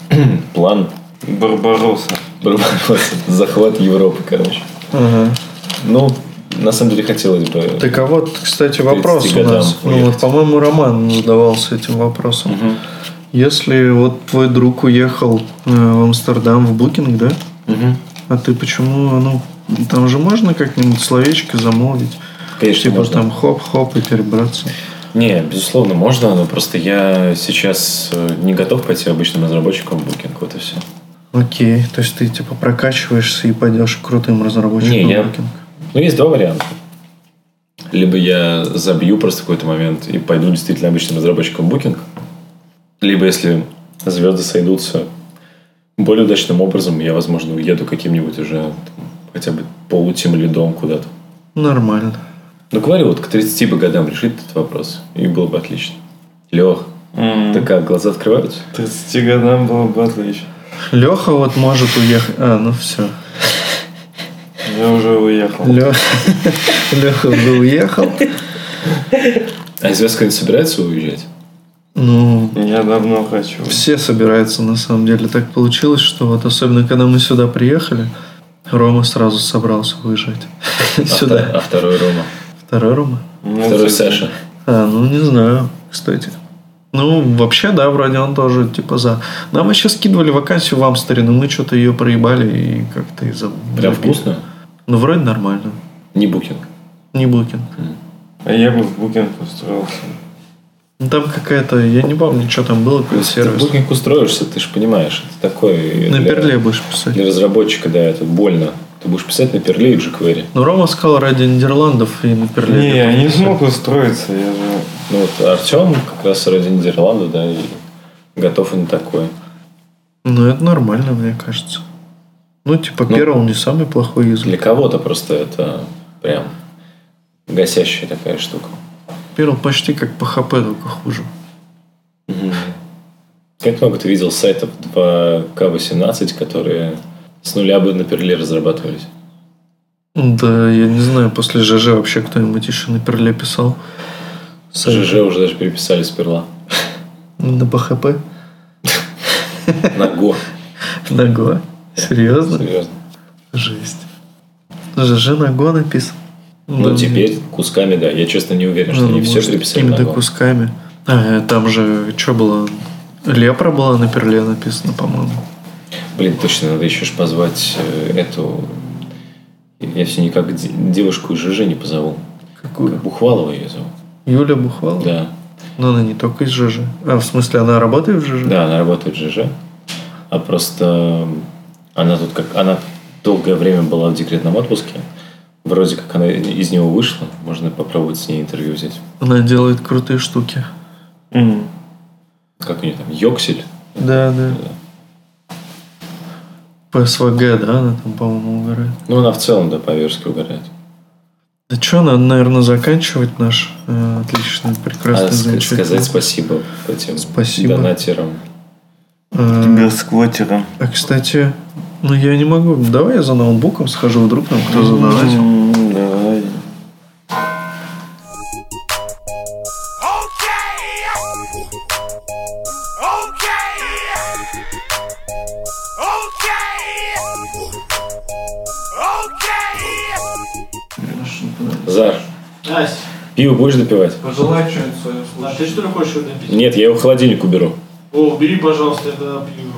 план Барбаросса. захват Европы, короче. Ага. Ну, на самом деле хотелось бы. Так а вот, кстати, вопрос у 30 годам нас. Ну, уехать. вот, по-моему, Роман задавался этим вопросом. Если вот твой друг уехал в Амстердам, в букинг, да? А ты почему, ну, там же можно как-нибудь словечко замолвить? Конечно, Типа можно. там хоп-хоп и перебраться. Не, безусловно, можно, но просто я сейчас не готов пойти обычным разработчиком в букинг, вот и все. Окей, то есть ты типа прокачиваешься и пойдешь к крутым разработчикам Не, я- в букинг. Ну, есть два варианта. Либо я забью просто в какой-то момент и пойду действительно обычным разработчиком в букинг. Либо, если звезды сойдутся более удачным образом, я, возможно, уеду каким-нибудь уже там, хотя бы полутем-лидом куда-то. Нормально. Ну, говорю, вот к 30 бы годам решить этот вопрос, и было бы отлично. Лех, ты как, глаза открываются? 30 годам было бы отлично. Леха вот может уехать. А, ну все. Я уже уехал. Леха уже уехал. А из кто-нибудь собирается уезжать? Ну, Я давно хочу. все собираются, на самом деле. Так получилось, что вот особенно, когда мы сюда приехали, Рома сразу собрался выезжать. Сюда. А второй Рома? Второй Рома? Второй Саша? А, ну не знаю, кстати. Ну, вообще, да, вроде он тоже, типа, за. Нам еще скидывали вакансию в Амстере, но мы что-то ее проебали и как-то и забыли. Прям вкусно? Ну, вроде нормально. Не букинг. Не букинг. А я бы в букинг устроился. Ну, там какая-то, я не помню, что там было, какой Ты в сервис. букинг устроишься, ты же понимаешь, это такой... На для- перле будешь писать. Для разработчика, да, это больно. Ты будешь писать на перле и jQuery. Ну, Рома сказал ради Нидерландов и на перле. Не, я не смог устроиться. Я же... Ну, вот Артем как раз ради Нидерландов, да, и готов и на такое. Ну, это нормально, мне кажется. Ну, типа, Perl не самый плохой язык. Для кого-то просто это прям гасящая такая штука. Perl почти как PHP, только хуже. Как много ты видел сайтов 2К18, которые с нуля бы на перле разрабатывались? Да, я не знаю, после ЖЖ вообще кто-нибудь еще на перле писал. ЖЖ уже даже переписали с перла. На PHP? На Go. На Go? Серьезно? Серьезно. Жесть. ЖЖ на Go написан. Ну, теперь кусками, да. Я, честно, не уверен, что они все переписали на какими-то Go. кусками. А, там же, что было? Лепра была на перле написана, по-моему. Блин, точно, надо еще ж позвать эту... Я все никак девушку из ЖЖ не позову. Какую? Бухвалова ее зовут. Юля Бухвалова? Да. Но она не только из ЖЖ. А, в смысле, она работает в ЖЖ? Да, она работает в ЖЖ. А просто она тут как... Она долгое время была в декретном отпуске. Вроде как она из него вышла. Можно попробовать с ней интервью взять. Она делает крутые штуки. Как у нее там? Йоксель? Да, да. По СВГ, да, она там, по-моему, угорает. Ну, она в целом, да, по-верски угорает. Да что, надо, наверное, заканчивать наш отличный, прекрасный, замечательный. Сказать спасибо этим Спасибо. донатерам. Киберсквотером. А, кстати, ну я не могу. Давай я за ноутбуком схожу, вдруг нам кто задонатил. Давай. Зар, Настя, пиво будешь допивать? Пожелай что-нибудь свое а ты что ли хочешь его допить? Нет, я его в холодильник уберу. О, бери, пожалуйста, это пиво.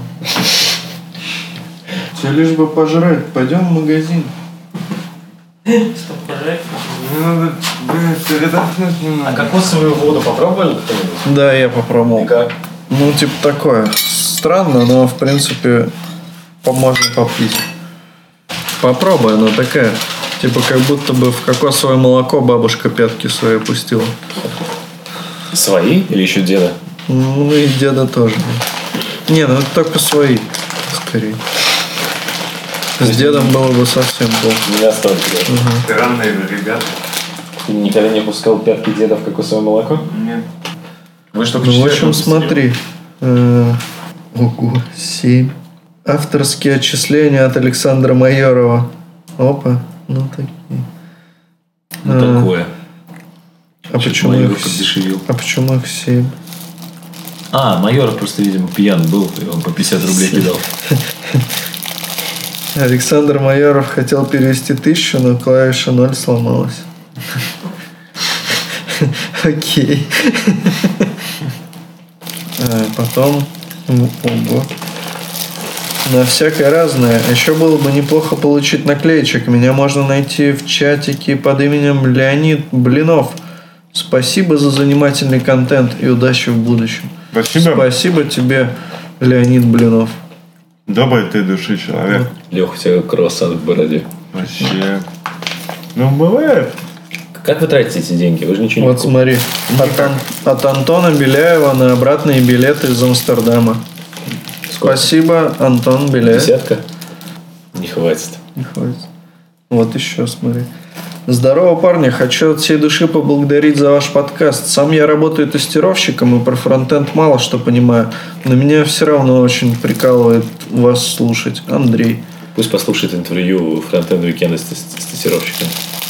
Тебе лишь бы пожрать. Пойдем в магазин. Мне надо, передохнуть немного. кокосовую воду попробовали кто-нибудь? Да, я попробовал. Как? Ну, типа такое. Странно, но в принципе можно попить. Попробуй, она такая. Типа как будто бы в кокосовое молоко бабушка пятки свои пустила. Свои или еще деда? Ну и деда тоже. Не, ну это только свои, скорее. С дедом было бы совсем плохо. Не настолько. Странные вы ребята. Ты никогда не пускал пятки деда в кокосовое молоко? Нет. Вы что, Ну, в общем, смотри. Ого, 7. Авторские отчисления от Александра Майорова. Опа, ну такие. Такое. А почему Майоров их, подешевил. а почему их 7? А, Майоров просто, видимо, пьян был, и он по 50 рублей кидал. Александр Майоров хотел перевести 1000, но клавиша 0 сломалась. Окей. Потом... Ого. На всякое разное. Еще было бы неплохо получить наклеечек. Меня можно найти в чатике под именем Леонид Блинов. Спасибо за занимательный контент и удачи в будущем. Спасибо. Спасибо тебе, Леонид Блинов. Добрый ты души человек. Леха, у тебя круассан в бороде. Вообще. Ну, бывает. Как вы тратите эти деньги? Вы же ничего не Вот смотри. От Антона Беляева на обратные билеты из Амстердама. Спасибо, Антон Беляев. 10? Не хватит. Не хватит. Вот еще, смотри. Здорово, парни. Хочу от всей души поблагодарить за ваш подкаст. Сам я работаю тестировщиком и про фронтенд мало что понимаю. Но меня все равно очень прикалывает вас слушать. Андрей. Пусть послушает интервью фронтенд уикенда с тестировщиком.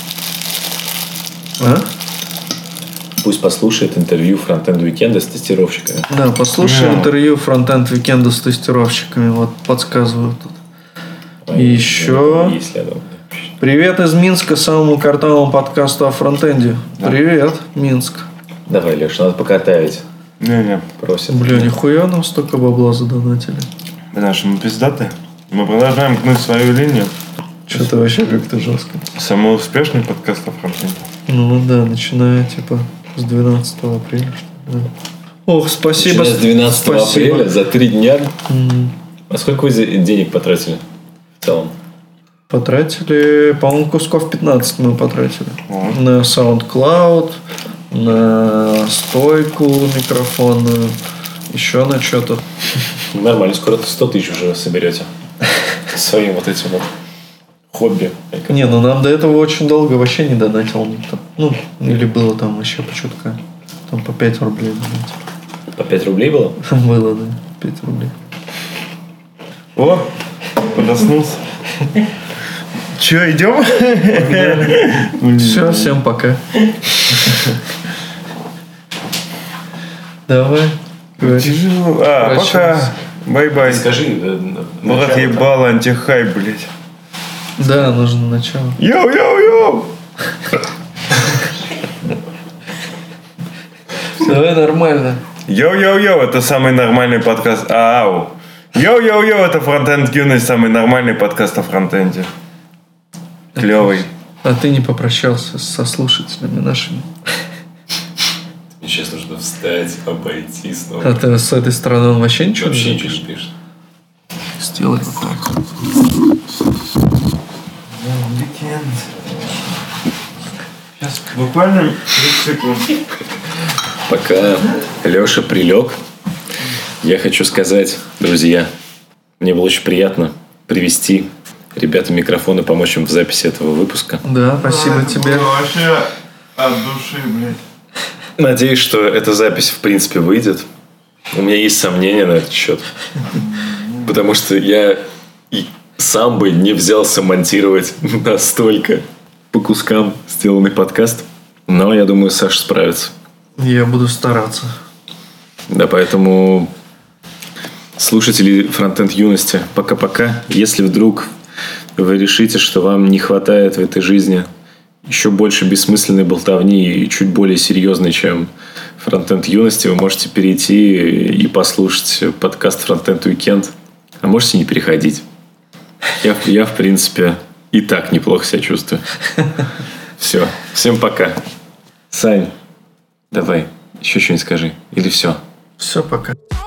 А? Пусть послушает интервью фронтенд уикенда с тестировщиками. Да, послушай интервью фронтенд уикенда с тестировщиками. Вот подсказываю тут. И еще... Привет из Минска, самому картавому подкасту о фронтенде. Да. Привет, Минск. Давай, Леш, надо покатавить. Не-не. Просит. Бля, нихуя нам столько бабла задонатили. Наши мы пиздаты. Мы продолжаем гнуть свою линию. Что-то вообще как-то жестко. Самый успешный подкаст о фронтенде. Ну да, начиная типа с 12 апреля. Что ли, да. Ох, спасибо. Начиная с 12 апреля за 3 дня. А сколько вы денег потратили в целом? Потратили, по-моему, кусков 15 мы потратили. На SoundCloud, на стойку микрофонную, еще на что-то. Нормально, скоро 100 тысяч уже соберете. Своим вот этим вот хобби. Не, ну нам до этого очень долго вообще не донатил никто. Ну, или было там вообще почутка. Там по 5 рублей донатил. По 5 рублей было? Было, да, 5 рублей. О, подоснулся. Че, идем? Все, всем пока. Давай. Тяжело. Пока. Бай-бай. Скажи. Брат ебал антихай, блядь. Да, нужно начало. Йоу-йоу-йоу. Давай нормально. Йоу-йоу-йоу, это самый нормальный подкаст. Ау. Йоу-йоу-йоу, это фронтенд юность, самый нормальный подкаст о фронтенде. Клевый. А ты не попрощался со слушателями нашими? Мне сейчас нужно встать, обойти снова. А ты с этой стороны он вообще ничего вообще не ничего не пишет. Сделай вот так. Сейчас буквально 30 секунд. Пока Леша прилег, я хочу сказать, друзья, мне было очень приятно привести ребятам микрофон и помочь им в записи этого выпуска. Да, спасибо тебе. Вообще от души, блядь. Надеюсь, что эта запись в принципе выйдет. У меня есть сомнения на этот счет. Потому что я и сам бы не взялся монтировать настолько по кускам сделанный подкаст. Но я думаю, Саша справится. Я буду стараться. Да, поэтому слушатели фронтенд юности, пока-пока. Если вдруг вы решите, что вам не хватает в этой жизни еще больше бессмысленной болтовни и чуть более серьезной, чем фронтенд юности, вы можете перейти и послушать подкаст «Фронтенд Уикенд». А можете не переходить. Я, в принципе, и так неплохо себя чувствую. Все. Всем пока. Сань, давай, еще что-нибудь скажи. Или все? Все, пока.